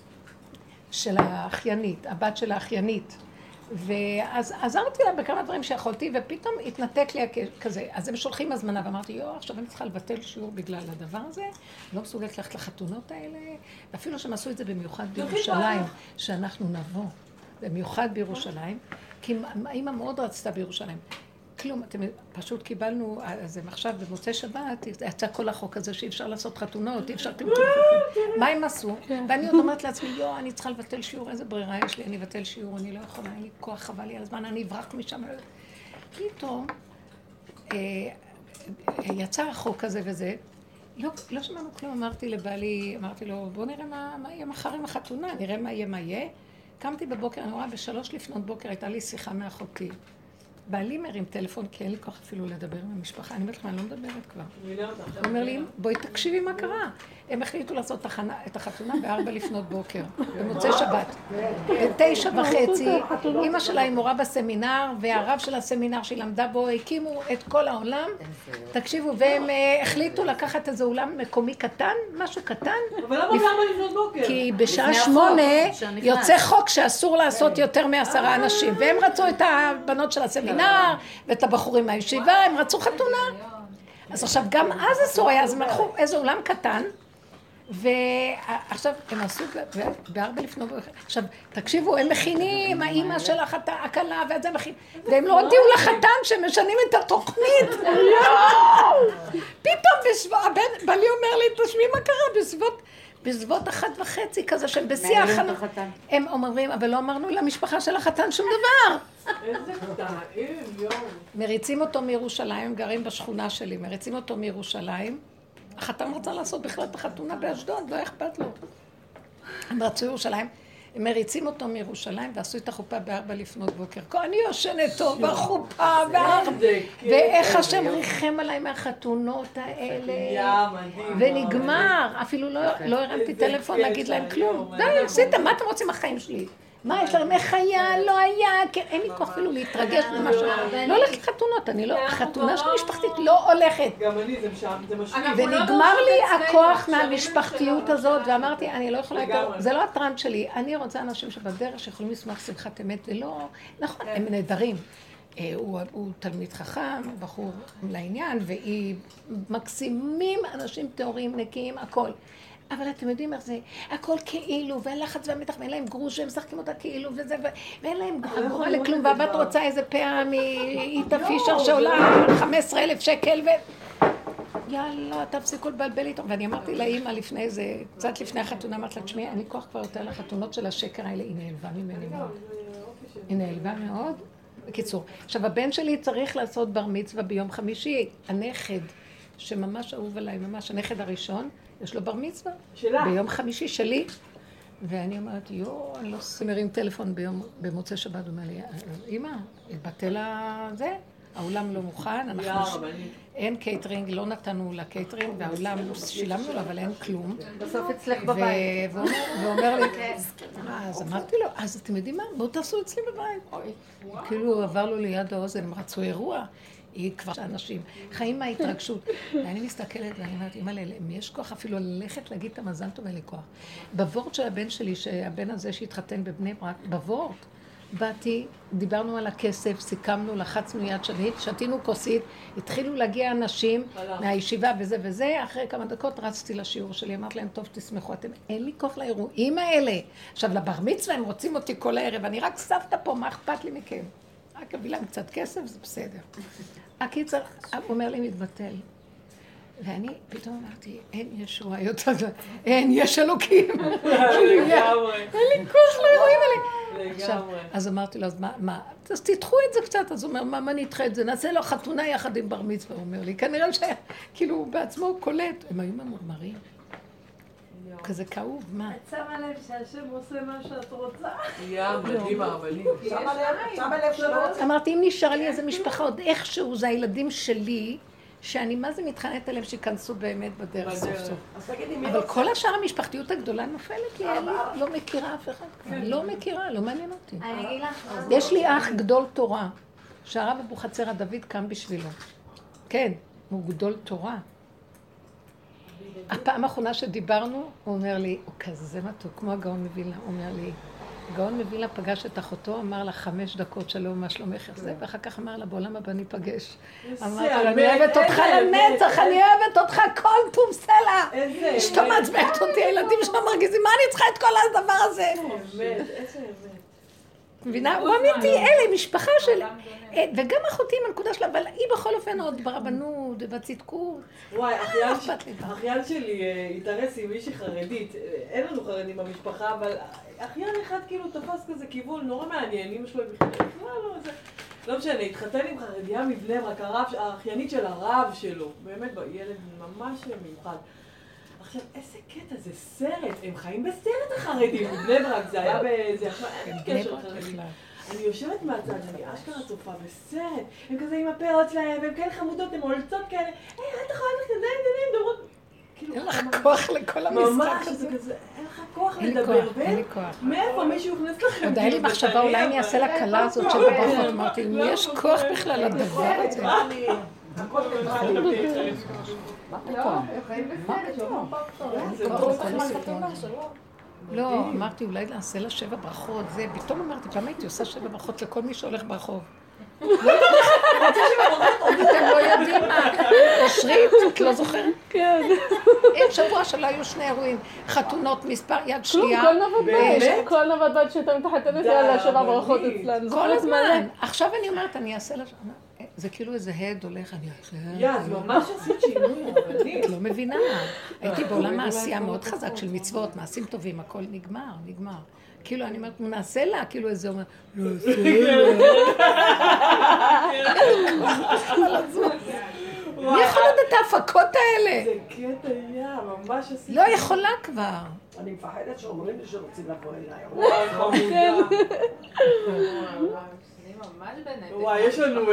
Speaker 8: של האחיינית, הבת של האחיינית. ואז עזרתי לה בכמה דברים שיכולתי, ופתאום התנתק לי כזה. אז הם שולחים הזמנה, ואמרתי, עכשיו אני צריכה לבטל שיעור בגלל הדבר הזה, לא מסוגלת ללכת לחתונות האלה, ואפילו שהם עשו את זה במיוחד בירושלים, שאנחנו נבוא, במיוחד בירושלים, כי האמא מאוד רצתה בירושלים. כלום, אתם פשוט קיבלנו, אז עכשיו במוצאי שבת, יצא כל החוק הזה שאי אפשר לעשות חתונות, אי אפשר... מה הם עשו? ואני עוד אומרת לעצמי, אני צריכה לבטל שיעור, איזה ברירה יש לי, אני אבטל שיעור, אני לא יכולה, אין לי כוח, חבל לי על הזמן, אני אברח משם. פתאום יצא החוק הזה וזה, לא שמענו כלום, אמרתי לבעלי, אמרתי לו, בוא נראה מה יהיה מחר עם החתונה, נראה מה יהיה. קמתי בבוקר, אני רואה ב3 לפנות בוקר, הייתה לי שיחה מאחותי. בעלי מרים טלפון, כי אין לי כוח אפילו לדבר עם המשפחה. אני אומרת לך, אני לא מדברת כבר. הוא אומר לי, בואי תקשיבי מה קרה. הם החליטו לעשות את החתונה ב4 לפנות בוקר, במוצאי שבת. ב9:30, אמא שלה היא מורה בסמינר, והרב של הסמינר שהיא למדה בו, הקימו את כל העולם. תקשיבו, והם החליטו לקחת איזה אולם מקומי קטן, משהו קטן.
Speaker 2: אבל למה 4 לפנות בוקר?
Speaker 8: כי בשעה 8 יוצא חוק שאסור לעשות יותר מ10 אנשים, והם רצו את הבנות של הסמינר, ואת הבחורים מהישיבה, הם רצו חתונה. אז עכשיו גם אז אסור היה, אז הם לקחו איזה אולם קטן, ועכשיו הם עשו ב4 לפנות בוקר. עכשיו, תקשיבו, הם מכינים, האמא של הכלה ואת זה מכין, והם לא הודיעו לחתן שהם משנים את התוכנית. פתאום בעלי אומר לי, תשמעי מה קרה בסביבות 1:30 כזה שהם בשיא ההכנה. הם אומרים, אבל לא אמרנו למשפחה של החתן שום דבר.
Speaker 2: איזה טעים, יום.
Speaker 8: מריצים אותו מירושלים, הם גרים בשכונה שלי, מריצים אותו מירושלים. החתן רצה לעשות בכלל את החתונה באשדוד, לא אכפת לו. הם רצו ירושלים, הם מריצים אותו מירושלים ועשו את החופה ב4 לפנות בוקר. אני יושנת טוב בחופה ואיך השם ריחם עליי מהחתונות האלה. ונגמר, אפילו לא הרמתי טלפון להגיד להם כלום. די, עשיתם, מה אתם רוצים מהחיים שלי? מה יש להם? איך היה? לא היה? אין לי כוח אפילו להתרגש ממשהו. לא הולכת לחתונות, חתונה של משפחתית לא הולכת.
Speaker 2: גם אני, זה משמעית.
Speaker 8: ונגמר לי הכוח מהמשפחתיות הזאת, ואמרתי, אני לא יכולה יותר, זה לא הטרנד שלי, אני רוצה אנשים שבדרך שיכולים לשמוח שמחת אמת, ולא, נכון, הם נהדרים. הוא תלמיד חכם, בחור לעניין, והיא מקסימים אנשים טהורים, נקיים, הכל. אבל אתם יודעים איך זה, הכל כאילו, ואין לחץ והמתח, ואין להם גרוש, והם משחקים אותה כאילו, וזה, ואין להם גבורה לכלום, והבת רוצה איזה פאה מאיתה פישר שעולה 15,000 שקל, יאללה, תפסיקו לבלבל איתו. ואני אמרתי לאמא לפני זה, קצת לפני החתונה, אמרת לה, תשמעי, אני כוח כבר יותר לחתונות של השקר האלה, היא נעלבה ממני מאוד. היא נעלבה מאוד. בקיצור, עכשיו הבן שלי צריך לעשות בר מצווה ביום חמישי, הנכד, שממש אהוב עליי, ממש הנכד הראשון, יש לו בר מצווה, ביום חמישי שלי, ואני אומרת, אני לא מרים טלפון במוצאי שבת, הוא אומר לי, אמא, התבטל זה, האולם לא מוכן, אין קייטרינג, לא נתנו לה קייטרינג, והאולם שילמנו לה, אבל אין כלום.
Speaker 5: בסוף אצלך בבית.
Speaker 8: ואומר לי, אז אמרתי לו, אז אתם יודעים מה? בואו תעשו אצלי בבית. כאילו עבר לו ליד האוזן, הם רצו אירוע. היא כבר אנשים, חיים מההתרגשות. ואני מסתכלת ואני אומרת, אמא, אם יש כוח אפילו ללכת להגיד את המזל טוב, אין לי כוח. בוורט של הבן שלי, שהבן הזה שהתחתן בבני ברק, בוורט, באתי, דיברנו על הכסף, סיכמנו, לחצנו יד שנית, שתינו כוסית, התחילו להגיע אנשים מהישיבה וזה וזה, אחרי כמה דקות רצתי לשיעור שלי, אמרת להם, טוב, תשמחו, אין לי כוח לאירועים האלה. עכשיו, לבר מצווה הם רוצים אותי כל הערב, אני רק סבתא פה, מה אכפת לי מכם? רק אביא להם קצת כסף, זה בסדר. הקיצר, הוא אומר לי, מתבטל. ואני פתאום אמרתי, אין ישועה יותר, אין, יש אלוקים. אין לי כוח לאירועים האלה. עכשיו, אז אמרתי לו, אז מה? אז תדחו את זה קצת. אז הוא אומר, מה נדחה את זה? נעשה לו חתונה יחד עם בר מצווה, הוא אומר לי. כנראה שכאילו הוא בעצמו קולט. הם היו ממורמרים. כזה כאוב, מה?
Speaker 6: את שמה לב שהשם עושה מה שאת רוצה?
Speaker 2: מדהים הרבנים.
Speaker 6: שמה לב שלא...
Speaker 8: אמרתי, אם נשאר לי איזה משפחה עוד איכשהו, זה הילדים שלי, שאני מה זה מתחננת עליהם שיכנסו באמת בדרך סוף סוף. אבל כל השאר המשפחתיות הגדולה נופלת לי, אני לא מכירה אף אחד. לא מכירה, לא מעניין אותי. יש לי אח גדול תורה, שהרב אבוחצירא דוד קם בשבילו. כן, הוא גדול תורה. הפעם האחרונה שדיברנו, הוא אומר לי, הוא כזה מתוק, כמו הגאון מווילנה, הוא אומר לי, הגאון מווילנה פגש את אחותו, אמר לה 5 דקות שלום, מה שלומך, איך זה, ואחר כך אמר לה, בעולם הבא ניפגש. אמרתי לה, אני אוהבת אותך לנצח, אני אוהבת אותך כל טוב סלע. אשתו מעצבנת אותי, הילדים שלו מרגיזים, מה אני צריכה את כל הדבר הזה?
Speaker 2: איזה אמת.
Speaker 8: מבינה? הוא אמיתי, אלה, משפחה של... וגם אחותי עם הנקודה שלה, אבל היא בכל אופן עוד ברבנות ובצדקות.
Speaker 2: וואי, אחיין שלי התארס עם מישהי חרדית. אין לנו חרדים במשפחה, אבל אחיין אחד כאילו תפס כזה כיוון נורא מעניין. אמא שלו בכלל, לא משנה, התחתן עם חרדיה מבני ברק, האחיינית של הרב שלו. באמת, ילד ממש מיוחד. עכשיו, איזה קטע, זה סרט, הם חיים בסרט החרדים, בבני ברק, זה היה באיזה, אין קשר חרדים. אני יושבת מהצד, אני אשכרה צופה בסרט, הם כזה עם הפאות שלהם, והם כאלה חמודות, הם הולצות כאלה, אל תחוי לך כזה, דומות.
Speaker 8: אין לך כוח לכל המשחק הזה.
Speaker 2: אין לך כוח לדבר,
Speaker 8: אין לי כוח.
Speaker 2: מאיפה מישהו יכנס לכם?
Speaker 8: עוד היה לי מחשבה, אולי אני אעשה לקלה הזאת של בברכות, אמרתי, אם יש כוח בכלל לדבר הזה. לא, אמרתי אולי נעשה לה 7 ברכות, זה, פתאום אמרתי, פעם הייתי עושה 7 ברכות לכל מי שהולך ברחוב.
Speaker 1: אתם לא יודעים מה. אושרית, את לא זוכרת?
Speaker 11: כן.
Speaker 1: אין שבוע שלא היו 2 אירועים. חתונות מספר יד שנייה.
Speaker 11: כל נוות בת שהייתה מתחתנת יאללה 7 ברכות אצלנו.
Speaker 1: כל הזמן. עכשיו אני אומרת, אני אעשה לה... זה כאילו איזה הד הולך, אני אעשה...
Speaker 2: אז ממש עשית שינוי הרבנית.
Speaker 1: את לא מבינה. הייתי בעולם העשייה מאוד חזק של מצוות, מעשים טובים, הכל נגמר. כאילו, אני אומרת, נעשה לה, כאילו איזה אומר, נעשה לה. מי יכול לדעת את ההפקות האלה?
Speaker 2: זה קטע ממש עשית.
Speaker 1: לא יכולה כבר.
Speaker 4: אני מפחדת שאומרים לי שרוצים לבוא אליי.
Speaker 2: וואי, יש לנו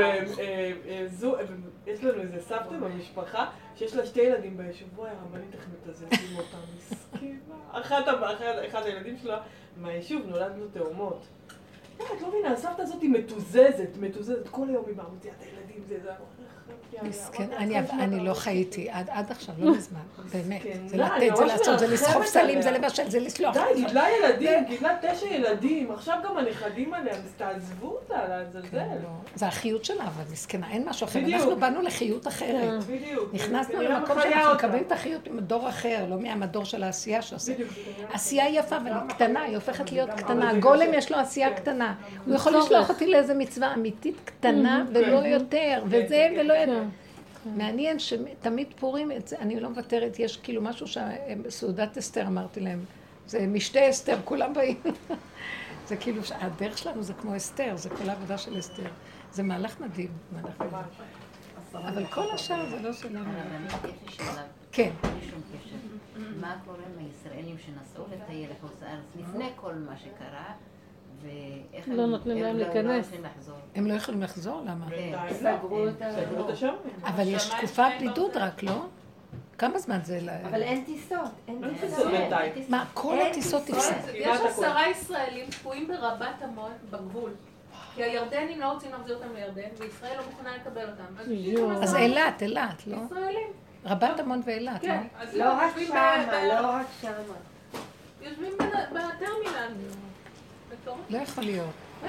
Speaker 2: איזה סבתא במשפחה שיש לה 2 ילדים ביישוב. וואי, הרבנית איך מתזזים אותם, מסכימה. אחד הילדים שלה מהיישוב נולדנו תאומות. את לא מבינה, הסבתא הזאת היא מתוזזת, כל היום היא מוציאה את הילדים, זה...
Speaker 1: מסכן, אני לא חייתי, עד עכשיו, לא מזמן, באמת. זה לתת, זה לעשות, זה לסחוב סלים, זה לבשל, זה לסלוח.
Speaker 2: די, גידלה 9 ילדים, עכשיו גם הנכדים עליהם, אז תעזבו אותה, לעזלזל.
Speaker 1: זה החיות שלה, אבל מסכנה, אין משהו אחר. אנחנו באנו לחיות אחרת.
Speaker 2: בדיוק.
Speaker 1: נכנסנו למקום שאנחנו מקבלים את החיות עם דור אחר, לא מהמדור של העשייה שעושה. עשייה יפה, אבל היא קטנה, היא הופכת להיות קטנה. גולם יש לו עשייה קטנה. הוא יכול לשלוח אותי לאיזו מצווה אמיתית קטנה ולא יותר, וזה ולא יותר. מעניין שתמיד פורים את זה, אני לא מוותרת, יש כאילו משהו שסעודת אסתר אמרתי להם, זה משתה אסתר, כולם באים. זה כאילו, הדרך שלנו זה כמו אסתר, זה כל העבודה של אסתר. זה מהלך מדהים, אבל כל השאר זה לא שלנו. כן.
Speaker 7: מה קורה עם הישראלים שנסעו לטייל לחוץ לארץ לפני כל מה שקרה? ואיך
Speaker 11: לא נותנים להם להיכנס.
Speaker 1: הם לא יכולים לחזור? למה?
Speaker 7: סגרו אותה שם.
Speaker 1: אבל יש תקופת בידוד רק, לא? כמה זמן זה?
Speaker 5: אבל אין טיסות.
Speaker 1: מה, כל הטיסות תפסק?
Speaker 3: יש 10 ישראלים תקועים ברבת עמון בגבול. כי הירדנים לא רוצים להחזיר אותם לירדן, וישראל לא מוכנה לקבל אותם.
Speaker 1: אז אילת, לא?
Speaker 3: ישראלים.
Speaker 1: רבת עמון ואילת,
Speaker 3: כן.
Speaker 5: לא רק שמה.
Speaker 3: יושבים בטרמינל.
Speaker 1: לא יכול להיות.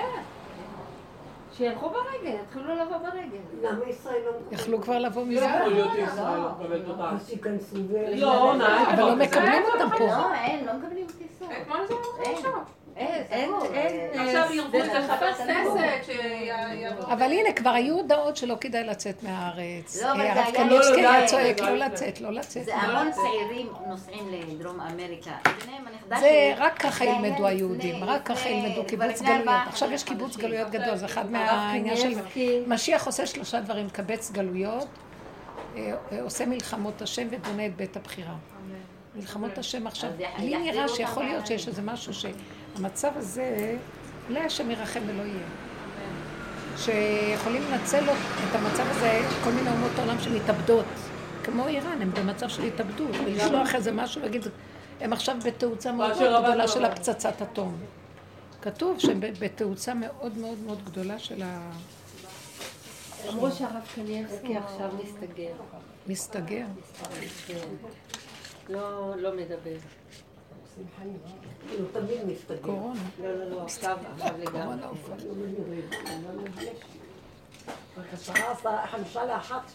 Speaker 5: שילכו ברגל, יתחילו לבוא ברגל.
Speaker 6: למה ישראל לא מקבלים?
Speaker 1: יכלו כבר לבוא מזמן.
Speaker 2: יכול להיות ישראל, לא מקבלת אותם.
Speaker 6: אז שיכנסו
Speaker 2: לא,
Speaker 1: אבל לא מקבלים אותם פה.
Speaker 7: לא, אין, לא מקבלים טיסות.
Speaker 3: כמו זה עכשיו.
Speaker 7: אין.
Speaker 3: עכשיו ירבו את לחפש טסת שיעבור.
Speaker 1: אבל הנה, כבר היו הודעות שלא כדאי לצאת מהארץ.
Speaker 7: לא, אבל זה
Speaker 1: הרב
Speaker 7: היה...
Speaker 1: קניבסקי היה צועק, לא לצאת.
Speaker 7: זה המון צעירים נוסעים לדרום אמריקה.
Speaker 1: זה רק ככה ילמדו היהודים, רק ככה ילמדו קיבוץ גלויות. עכשיו יש קיבוץ גלויות גדול, זה אחד מהעניין של... משיח עושה 3 דברים, קבץ גלויות, עושה מלחמות השם ובונה את בית הבחירה. מלחמות השם עכשיו, לי נראה שיכול להיות שיש איזה משהו שהמצב הזה, אולי השם ירחם ולא יהיה. שיכולים לנצל את המצב הזה, כל מיני אומות העולם שמתאבדות, כמו איראן, הם במצב של התאבדות, ולשלוח איזה משהו ולהגיד, הם עכשיו בתאוצה מאוד מאוד גדולה של הפצצת אטום. כתוב שהם בתאוצה מאוד מאוד מאוד גדולה של ה...
Speaker 9: אמרו שהרב קניבסקי עכשיו מסתגר.
Speaker 1: מסתגר?
Speaker 9: לא מדבר.
Speaker 6: הוא תמיד מסתגר.
Speaker 1: קורונה.
Speaker 9: לא, עכשיו לגמרי.
Speaker 4: רק 5:55